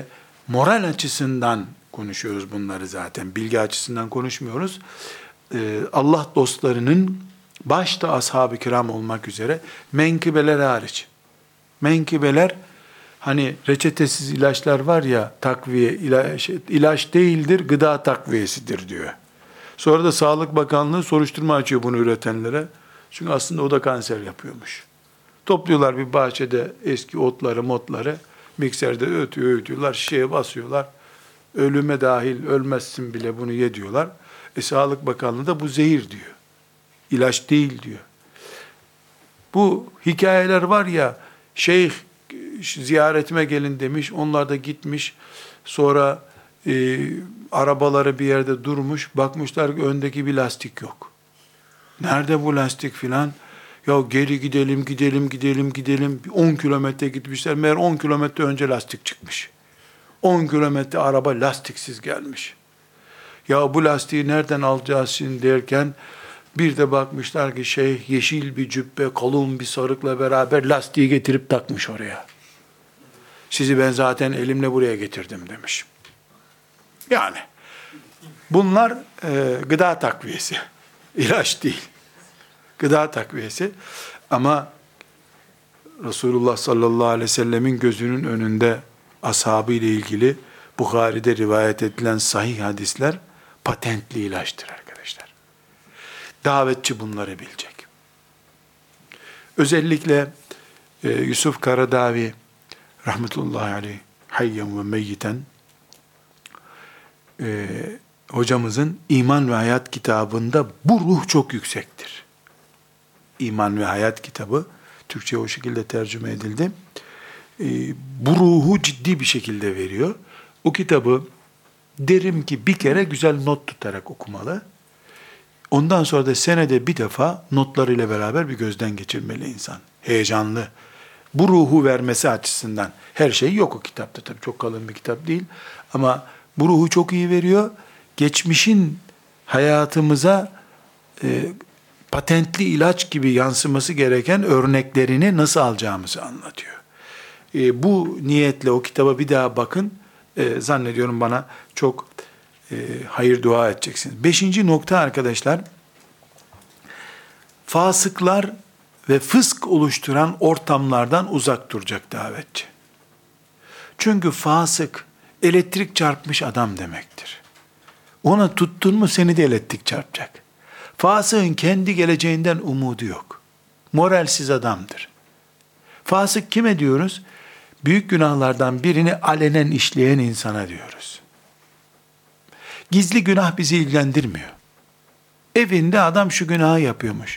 Moral açısından konuşuyoruz bunları zaten. Bilgi açısından konuşmuyoruz. Allah dostlarının başta ashab-ı kiram olmak üzere menkıbeler hariç. Menkıbeler hani reçetesiz ilaçlar var ya, takviye ilaç değildir, gıda takviyesidir diyor. Sonra da Sağlık Bakanlığı soruşturma açıyor bunu üretenlere. Çünkü aslında o da kanser yapıyormuş. Topluyorlar bir bahçede eski otları, mikserde öğütüyorlar, şişeye basıyorlar. Ölüme dahil ölmezsin bile bunu ye diyorlar. Sağlık Bakanlığı da bu zehir diyor. İlaç değil diyor. Bu hikayeler var ya, şeyh ziyaretime gelin demiş, onlar da gitmiş. Sonra arabaları bir yerde durmuş, bakmışlar ki öndeki bir lastik yok. Nerede bu lastik filan? Ya geri gidelim. 10 kilometre gitmişler. Meğer 10 kilometre önce lastik çıkmış. 10 kilometre araba lastiksiz gelmiş. Ya bu lastiği nereden alacağız şimdi derken, bir de bakmışlar ki şeyh yeşil bir cübbe, kalın bir sarıkla beraber lastiği getirip takmış oraya. Sizi ben zaten elimle buraya getirdim demiş. Yani bunlar gıda takviyesi. İlaç değil. Gıda takviyesi. Ama Resulullah sallallahu aleyhi ve sellemin gözünün önünde ashabı ile ilgili Bukhari'de rivayet edilen sahih hadisler patentli ilaçtır arkadaşlar. Davetçi bunları bilecek. Özellikle Yusuf Karadavi rahmetullahi aleyh hayyen ve meyyiten hocamızın İman ve Hayat kitabında bu ruh çok yüksektir. İman ve Hayat kitabı Türkçe'ye o şekilde tercüme edildi. Bu ruhu ciddi bir şekilde veriyor. O kitabı derim ki bir kere güzel not tutarak okumalı. Ondan sonra da senede bir defa notlarıyla beraber bir gözden geçirmeli insan. Heyecanlı. Bu ruhu vermesi açısından her şey yok o kitapta, tabii çok kalın bir kitap değil. Ama bu ruhu çok iyi veriyor. Geçmişin hayatımıza patentli ilaç gibi yansıması gereken örneklerini nasıl alacağımızı anlatıyor. Bu niyetle o kitaba bir daha bakın. Zannediyorum bana çok hayır dua edeceksiniz. 5. nokta arkadaşlar, fasıklar ve fısk oluşturan ortamlardan uzak duracak davetçi. Çünkü fasık, elektrik çarpmış adam demektir. Ona tuttun mu seni de elektrik çarpacak. Fasığın kendi geleceğinden umudu yok. Moralsiz adamdır. Fasık kime diyoruz? Büyük günahlardan birini alenen işleyen insana diyoruz. Gizli günah bizi ilgilendirmiyor. Evinde adam şu günahı yapıyormuş.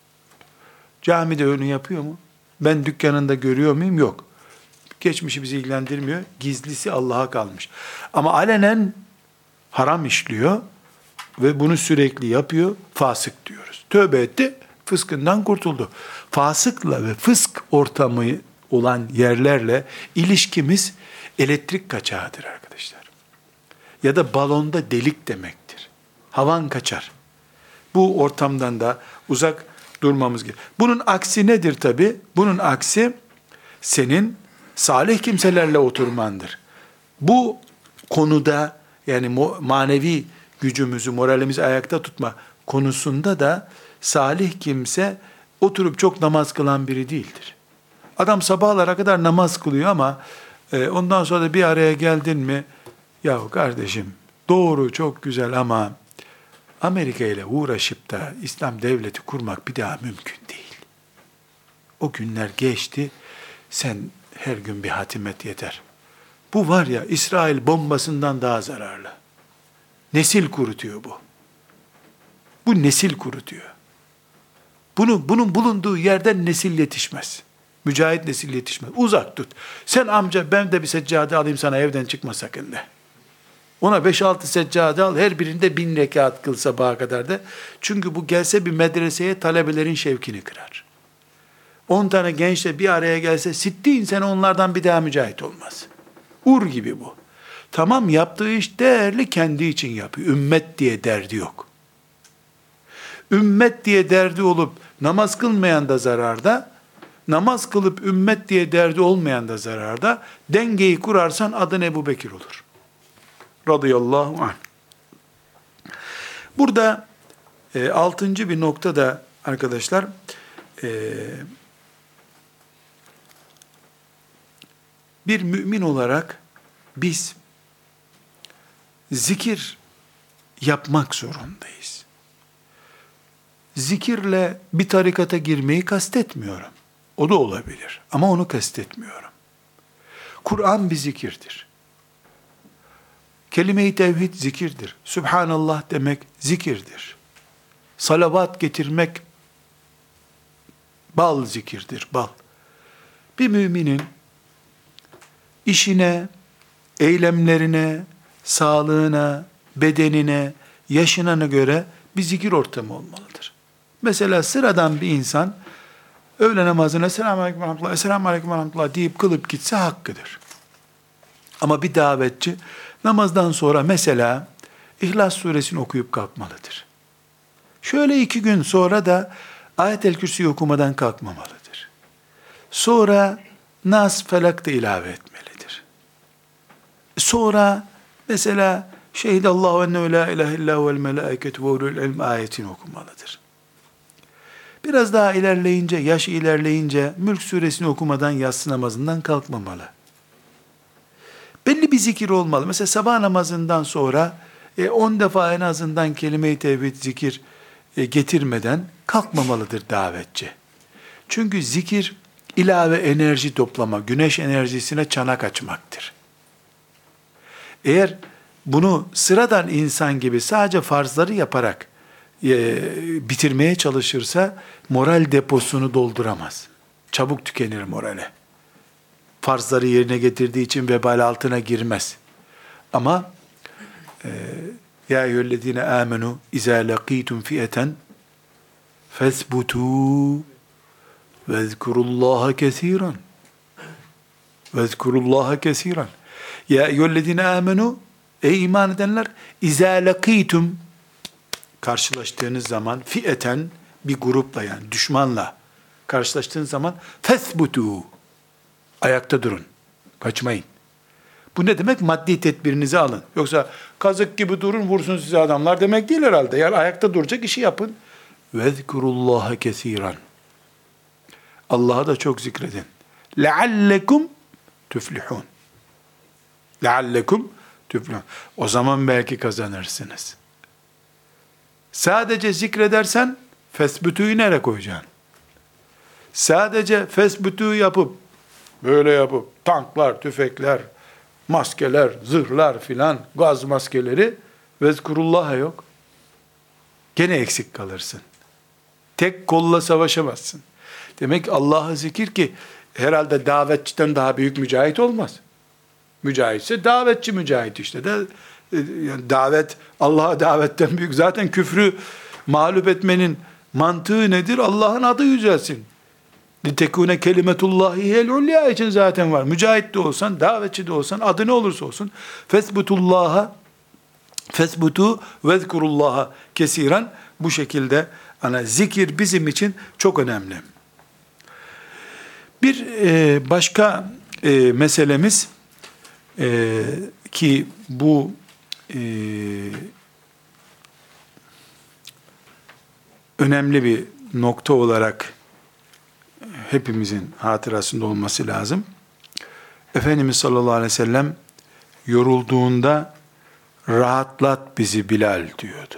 Camide onu yapıyor mu? Ben dükkanında görüyor muyum? Yok. Geçmişi bizi ilgilendirmiyor. Gizlisi Allah'a kalmış. Ama alenen haram işliyor ve bunu sürekli yapıyor. Fasık diyoruz. Tövbe etti, fıskından kurtuldu. Fasıkla ve fısk ortamı olan yerlerle ilişkimiz elektrik kaçağıdır arkadaşlar. Ya da balonda delik demektir. Havan kaçar. Bu ortamdan da uzak durmamız gerekiyor. Bunun aksi nedir tabi? Bunun aksi senin salih kimselerle oturmandır. Bu konuda yani manevi gücümüzü, moralimizi ayakta tutma konusunda da salih kimse oturup çok namaz kılan biri değildir. Adam sabahlara kadar namaz kılıyor ama ondan sonra da bir araya geldin mi, yahu kardeşim doğru çok güzel ama Amerika ile uğraşıp da İslam devleti kurmak bir daha mümkün değil. O günler geçti, sen her gün bir hatimet yeter. Bu var ya, İsrail bombasından daha zararlı. Nesil kurutuyor bu. Bu nesil kurutuyor. Bunun bulunduğu yerden nesil yetişmez. Mücahit nesil yetişmez. Uzak tut. Sen amca ben de bir seccade alayım sana, evden çıkma sakın de. Ona 5-6 seccade al, her birinde 1000 rekat kıl sabaha kadar da. Çünkü bu gelse bir medreseye talebelerin şevkini kırar. 10 tane gençle bir araya gelse, sittin sene onlardan bir daha mücahit olmaz. Ur gibi bu. Tamam, yaptığı iş değerli, kendi için yapıyor. Ümmet diye derdi yok. Ümmet diye derdi olup namaz kılmayan da zararda, namaz kılıp ümmet diye derdi olmayan da zararda. Dengeyi kurarsan adın Ebu Bekir olur. Radıyallahu anh. Burada altıncı bir nokta da arkadaşlar, bir mümin olarak biz zikir yapmak zorundayız. Zikirle bir tarikata girmeyi kastetmiyorum. O da olabilir ama onu kastetmiyorum. Kur'an bir zikirdir. Kelime-i tevhid zikirdir. Sübhanallah demek zikirdir. Salavat getirmek bal zikirdir, bal. Bir müminin işine, eylemlerine, sağlığına, bedenine, yaşına göre bir zikir ortamı olmalıdır. Mesela sıradan bir insan öğle namazına selamun aleyküm ve rahmetullah, selamun aleyküm ve rahmetullah deyip kılıp gitse hakkıdır. Ama bir davetçi namazdan sonra mesela İhlas suresini okuyup kalkmalıdır. Şöyle 2 gün sonra da Ayet-el Kürsi'yi okumadan kalkmamalıdır. Sonra Nas, Felak da ilave etmelidir. Sonra mesela Şehidallahu ennehu la ilahe illahu vel melâiketu ve ulul ilm ayetini okumalıdır. Biraz daha ilerleyince, yaş ilerleyince Mülk suresini okumadan yatsı namazından kalkmamalı. Belli bir zikir olmalı. Mesela sabah namazından sonra 10 defa en azından kelime-i tevhid zikir getirmeden kalkmamalıdır davetçi. Çünkü zikir ilave enerji toplama, güneş enerjisine çanak açmaktır. Eğer bunu sıradan insan gibi sadece farzları yaparak bitirmeye çalışırsa moral deposunu dolduramaz. Çabuk tükenir morali. Farzları yerine getirdiği için vebal altına girmez. Ama ya eyyühellezine amenu izâ lakîtum fiyeten fezbutû vezkurullâhe kesîran vezkurullâhe kesîran. Ya eyyühellezine amenu, ey iman edenler, izâ lakîtum, karşılaştığınız zaman, fiyeten, bir grupla, yani düşmanla karşılaştığınız zaman fezbutû, ayakta durun, kaçmayın. Bu ne demek? Maddi tedbirinizi alın. Yoksa kazık gibi durun, vursun size adamlar demek değil herhalde. Yani ayakta duracak işi yapın. وَذْكُرُوا كَثِيرًا. Allah'a da çok zikredin. لَعَلَّكُمْ تُفْلِحُونَ. لَعَلَّكُمْ تُفْلِحُونَ. O zaman belki kazanırsınız. Sadece zikredersen fesbütüyü nereye koyacaksın? Sadece fesbütüyü yapıp, böyle yapıp, tanklar, tüfekler, maskeler, zırhlar filan, gaz maskeleri, vezkurullah'a yok. Gene eksik kalırsın. Tek kolla savaşamazsın. Demek ki Allah'a zikir ki herhalde davetçiden daha büyük mücahit olmaz. Mücahitse davetçi mücahit işte de yani davet, Allah'a davetten büyük. Zaten küfrü mağlup etmenin mantığı nedir? Allah'ın adı yücelsin. لِتَكُونَ كَلِمَةُ اللّٰهِ هِيَ الْعُلْيَا için zaten var. Mücahit de olsan, davetçi de olsan, adı ne olursa olsun, فَثْبُتُ وَذْكُرُ kesiren, bu şekilde zikir bizim için çok önemli. Bir başka meselemiz ki bu önemli bir nokta olarak hepimizin hatırasında olması lazım. Efendimiz sallallahu aleyhi ve sellem yorulduğunda rahatlat bizi Bilal diyordu.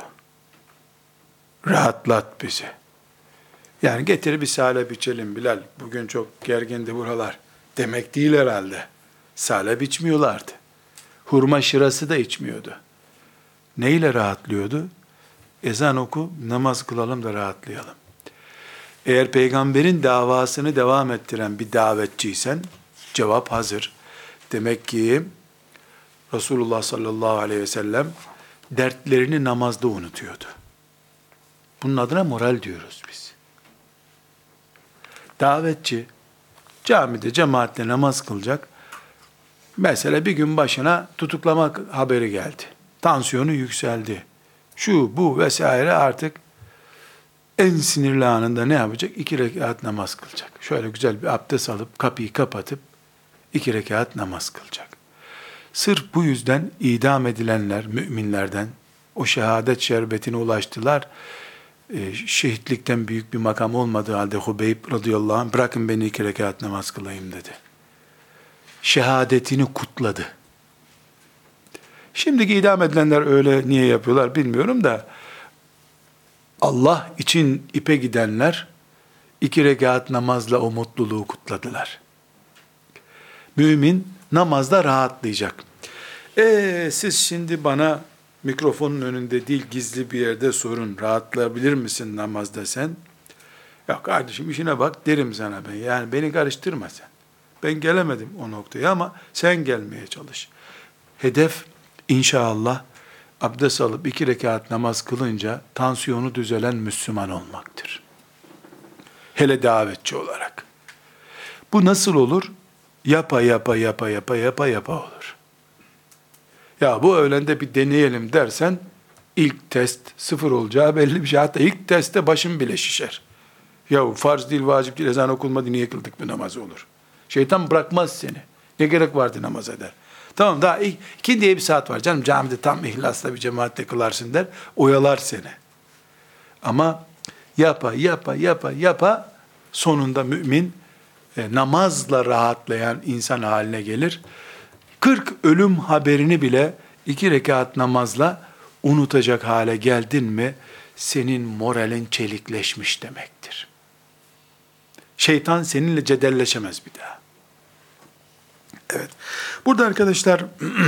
Rahatlat bizi. Yani getir bir salep içelim Bilal. Bugün çok gergindi buralar. Demek değil herhalde. Salep içmiyorlardı. Hurma şırası da içmiyordu. Neyle rahatlıyordu? Ezan oku, namaz kılalım da rahatlayalım. Eğer peygamberin davasını devam ettiren bir davetçiysen, cevap hazır. Demek ki Resulullah sallallahu aleyhi ve sellem dertlerini namazda unutuyordu. Bunun adına moral diyoruz biz. Davetçi camide cemaatle namaz kılacak. Mesela bir gün başına tutuklama haberi geldi. Tansiyonu yükseldi. Şu bu vesaire artık En sinirli anında ne yapacak? 2 rekat namaz kılacak. Şöyle güzel bir abdest alıp kapıyı kapatıp 2 rekat namaz kılacak. Sırf bu yüzden idam edilenler müminlerden o şehadet şerbetine ulaştılar. Şehitlikten büyük bir makam olmadığı halde Hubeyb radıyallahu anh bırakın beni 2 rekat namaz kılayım dedi. Şehadetini kutladı. Şimdiki idam edilenler öyle niye yapıyorlar bilmiyorum da Allah için ipe gidenler 2 rekat namazla o mutluluğu kutladılar. Mümin namazda rahatlayacak. Siz şimdi bana mikrofonun önünde değil gizli bir yerde sorun, rahatlayabilir misin namazda sen? Ya kardeşim işine bak derim sana ben. Yani beni karıştırma sen. Ben gelemedim o noktaya ama sen gelmeye çalış. Hedef inşallah abdest alıp 2 rekat namaz kılınca tansiyonu düzelen Müslüman olmaktır. Hele davetçi olarak. Bu nasıl olur? Yapa olur. Ya bu öğlende bir deneyelim dersen ilk test 0 olacağı belli bir şey. Hatta ilk testte başım bile şişer. Ya farz değil, vacip değil, ezan okunmadı niye kıldık bu namazı olur. Şeytan bırakmaz seni. Ne gerek vardı namaza der. Tamam daha ikindiye bir saat var canım camide tam ihlasla bir cemaatle kılarsın der. Oyalar seni. Ama yapa sonunda mümin namazla rahatlayan insan haline gelir. 40 ölüm haberini bile 2 rekat namazla unutacak hale geldin mi senin moralin çelikleşmiş demektir. Şeytan seninle cedelleşemez bir daha. Evet. Burada arkadaşlar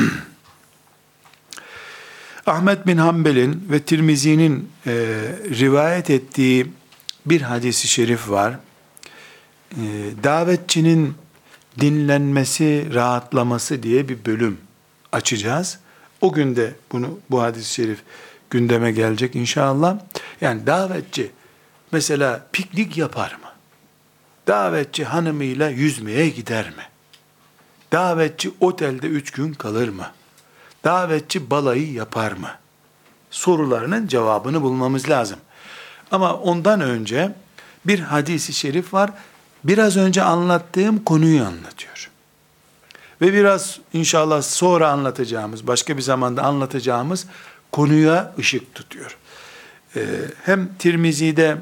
Ahmet bin Hanbel'in ve Tirmizi'nin rivayet ettiği bir hadisi şerif var. Davetçinin dinlenmesi, rahatlaması diye bir bölüm açacağız. O günde bu hadis-i şerif gündeme gelecek inşallah. Yani davetçi mesela piknik yapar mı? Davetçi hanımıyla yüzmeye gider mi? Davetçi otelde 3 gün kalır mı? Davetçi balayı yapar mı? Sorularının cevabını bulmamız lazım. Ama ondan önce bir hadis-i şerif var. Biraz önce anlattığım konuyu anlatıyor. Ve biraz inşallah sonra anlatacağımız, başka bir zamanda anlatacağımız konuya ışık tutuyor. Hem Tirmizi'de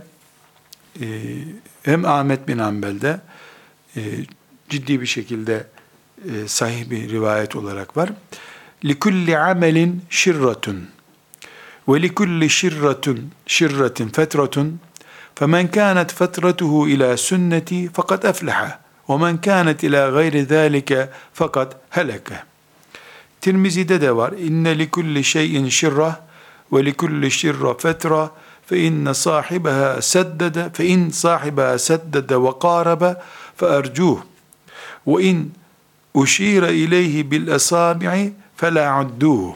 hem Ahmet bin Hanbel'de ciddi bir şekilde sahih bir rivayet olarak var. لِكُلِّ عَمَلٍ شِرَّةٌ وَلِكُلِّ شِرَّةٍ فَتْرَةٌ فَمَنْ كَانَتْ فَتْرَتُهُ إِلَى سُنَّتِي فَقَدْ أَفْلَحَ وَمَنْ كَانَتْ إِلَى غَيْرِ ذَٰلِكَ فَقَدْ هَلَكَ. Tirmizi'de de var. İnne likulli şeyin şirrah ve likulli şirra fetra فإن صاحبها سدد فإن صاحبها سدد وقارب فأرجوه وإن أشير إليه بالأصابع فلا عدوه.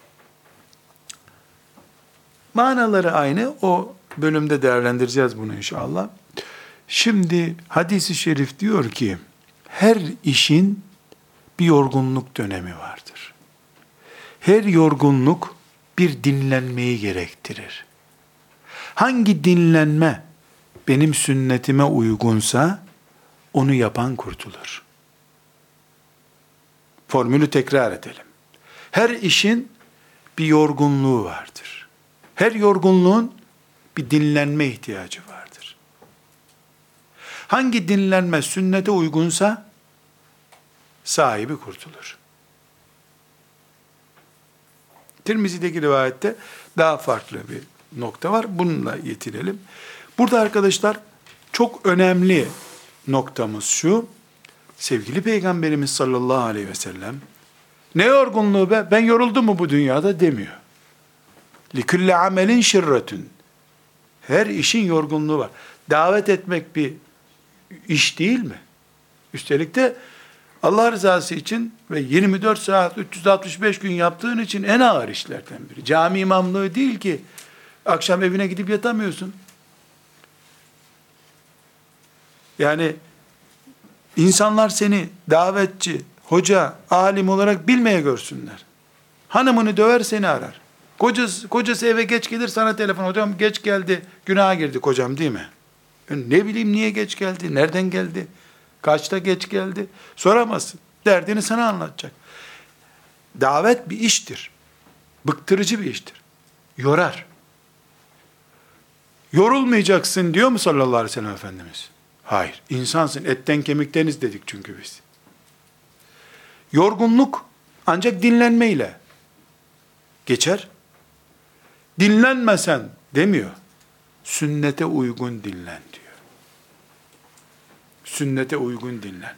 Manaları aynı. O bölümde değerlendireceğiz bunu inşallah. Şimdi hadis-i şerif diyor ki her işin bir yorgunluk dönemi vardır. Her yorgunluk bir dinlenmeyi gerektirir. Hangi dinlenme benim sünnetime uygunsa onu yapan kurtulur. Formülü tekrar edelim. Her işin bir yorgunluğu vardır. Her yorgunluğun bir dinlenme ihtiyacı vardır. Hangi dinlenme sünnete uygunsa sahibi kurtulur. Tirmizi'deki rivayette daha farklı bir nokta var. Bununla yetinelim. Burada arkadaşlar çok önemli noktamız şu. Sevgili Peygamberimiz sallallahu aleyhi ve sellem ne yorgunluğu be? Ben yoruldum mu bu dünyada demiyor. Likulli amelin şirretün. Her işin yorgunluğu var. Davet etmek bir iş değil mi? Üstelik de Allah rızası için ve 24 saat 365 gün yaptığın için en ağır işlerden biri. Cami imamlığı değil ki. Akşam evine gidip yatamıyorsun. Yani insanlar seni davetçi, hoca, alim olarak bilmeye görsünler. Hanımını döver seni arar. Kocası eve geç gelir, sana telefon, hocam geç geldi, günaha girdi kocam değil mi? Ne bileyim niye geç geldi, nereden geldi, kaçta geç geldi, soramazsın. Derdini sana anlatacak. Davet bir iştir. Bıktırıcı bir iştir. Yorar. Yorulmayacaksın diyor mu sallallahu aleyhi ve sellem Efendimiz? Hayır. İnsansın, etten kemikteniz dedik çünkü biz. Yorgunluk ancak dinlenmeyle geçer. Dinlenmesen demiyor. Sünnete uygun dinlen diyor. Sünnete uygun dinlen.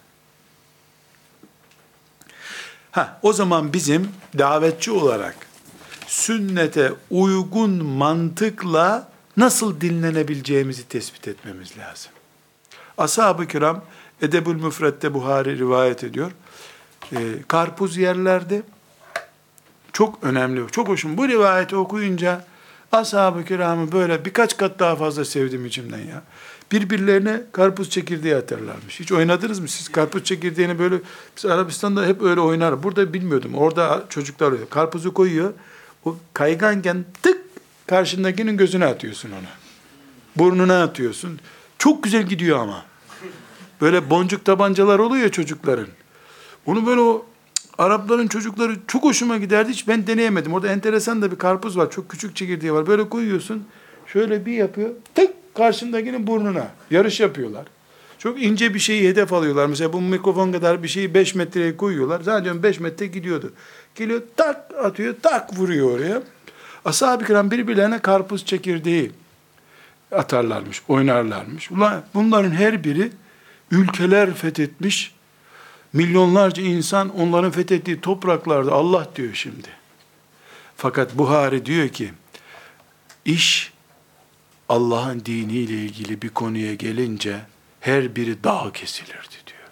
O zaman bizim davetçi olarak sünnete uygun mantıkla nasıl dinlenebileceğimizi tespit etmemiz lazım. Ashab-ı kiram Edebül Müfred'de Buhari rivayet ediyor. Karpuz yerlerdi. Çok önemli, çok hoşum. Bu rivayeti okuyunca ashab-ı kiramı böyle birkaç kat daha fazla sevdim içimden ya. Birbirlerine karpuz çekirdeği atarlarmış. Hiç oynadınız mı siz? Karpuz çekirdeğini böyle, biz Arabistan'da hep öyle oynar. Burada bilmiyordum. Orada çocuklar oluyor. Karpuzu koyuyor. O kayganken tık karşındakinin gözüne atıyorsun onu. Burnuna atıyorsun. Çok güzel gidiyor ama. Böyle boncuk tabancalar oluyor ya çocukların. Onu böyle o Arapların çocukları çok hoşuma giderdi. Hiç ben deneyemedim. Orada enteresan da bir karpuz var. Çok küçük çekirdeği var. Böyle koyuyorsun. Şöyle bir yapıyor. Tık karşındakinin burnuna. Yarış yapıyorlar. Çok ince bir şeyi hedef alıyorlar. Mesela bu mikrofon kadar bir şeyi 5 metreye koyuyorlar. Zaten 5 metre gidiyordu. Geliyor tak atıyor, tak vuruyor oraya. Ashab-ı kiram birbirlerine karpuz çekirdeği atarlarmış, oynarlarmış. Bunların her biri ülkeler fethetmiş, milyonlarca insan onların fethettiği topraklarda Allah diyor şimdi. Fakat Buhari diyor ki, iş Allah'ın diniyle ilgili bir konuya gelince her biri dağ kesilirdi diyor.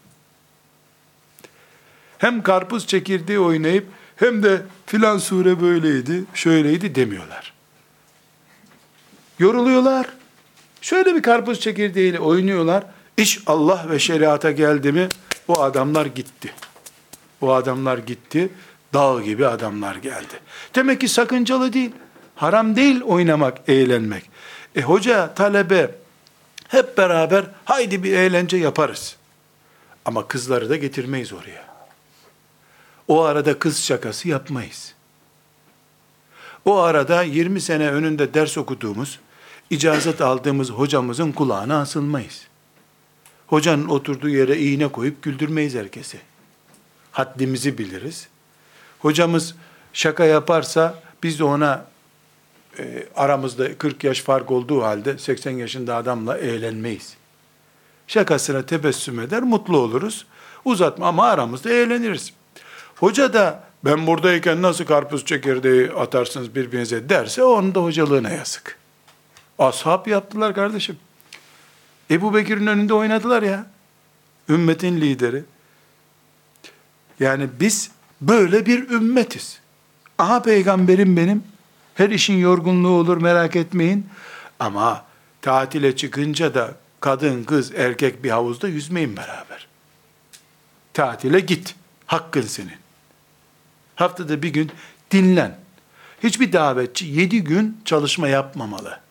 Hem karpuz çekirdeği oynayıp hem de filan sure böyleydi, şöyleydi demiyorlar. Yoruluyorlar. Şöyle bir karpuz çekirdeğiyle oynuyorlar. İş Allah ve şeriata geldi mi o adamlar gitti. O adamlar gitti. Dağ gibi adamlar geldi. Demek ki sakıncalı değil. Haram değil oynamak, eğlenmek. Hoca, talebe hep beraber haydi bir eğlence yaparız. Ama kızları da getirmeyiz oraya. O arada kız şakası yapmayız. O arada 20 sene önünde ders okuduğumuz, icazet aldığımız hocamızın kulağına asılmayız. Hocanın oturduğu yere iğne koyup güldürmeyiz herkesi. Haddimizi biliriz. Hocamız şaka yaparsa biz de ona aramızda 40 yaş fark olduğu halde 80 yaşında adamla eğlenmeyiz. Şakasına tebessüm eder, mutlu oluruz. Uzatma ama aramızda eğleniriz. Hoca da ben buradayken nasıl karpuz çekirdeği atarsınız birbirinize derse onun da hocalığına yazık. Ashab yaptılar kardeşim. Ebu Bekir'in önünde oynadılar ya. Ümmetin lideri. Yani biz böyle bir ümmetiz. Aha peygamberim benim. Her işin yorgunluğu olur merak etmeyin. Ama tatile çıkınca da kadın, kız, erkek bir havuzda yüzmeyin beraber. Tatile git. Hakkın senin. Haftada bir gün dinlen. Hiçbir davetçi 7 gün çalışma yapmamalı.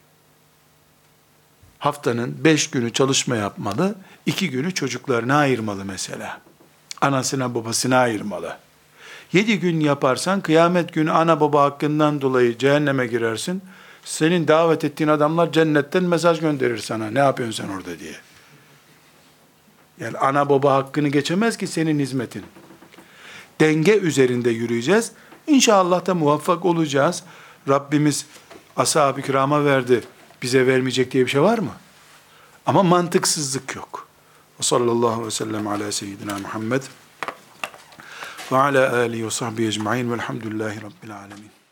Haftanın 5 günü çalışma yapmalı, 2 günü çocuklarına ayırmalı mesela. Anasına babasına ayırmalı. 7 gün yaparsan kıyamet günü ana baba hakkından dolayı cehenneme girersin. Senin davet ettiğin adamlar cennetten mesaj gönderir sana. Ne yapıyorsun sen orada diye. Yani ana baba hakkını geçemez ki senin hizmetin. Denge üzerinde yürüyeceğiz. İnşallah da muvaffak olacağız. Rabbimiz ashab-ı kirama verdi. Bize vermeyecek diye bir şey var mı? Ama mantıksızlık yok. Ve sallallahu aleyhi ve sellem ala seyyidina Muhammed ve ala alihi ve sahbihi ecma'in velhamdülillahi rabbil alemin.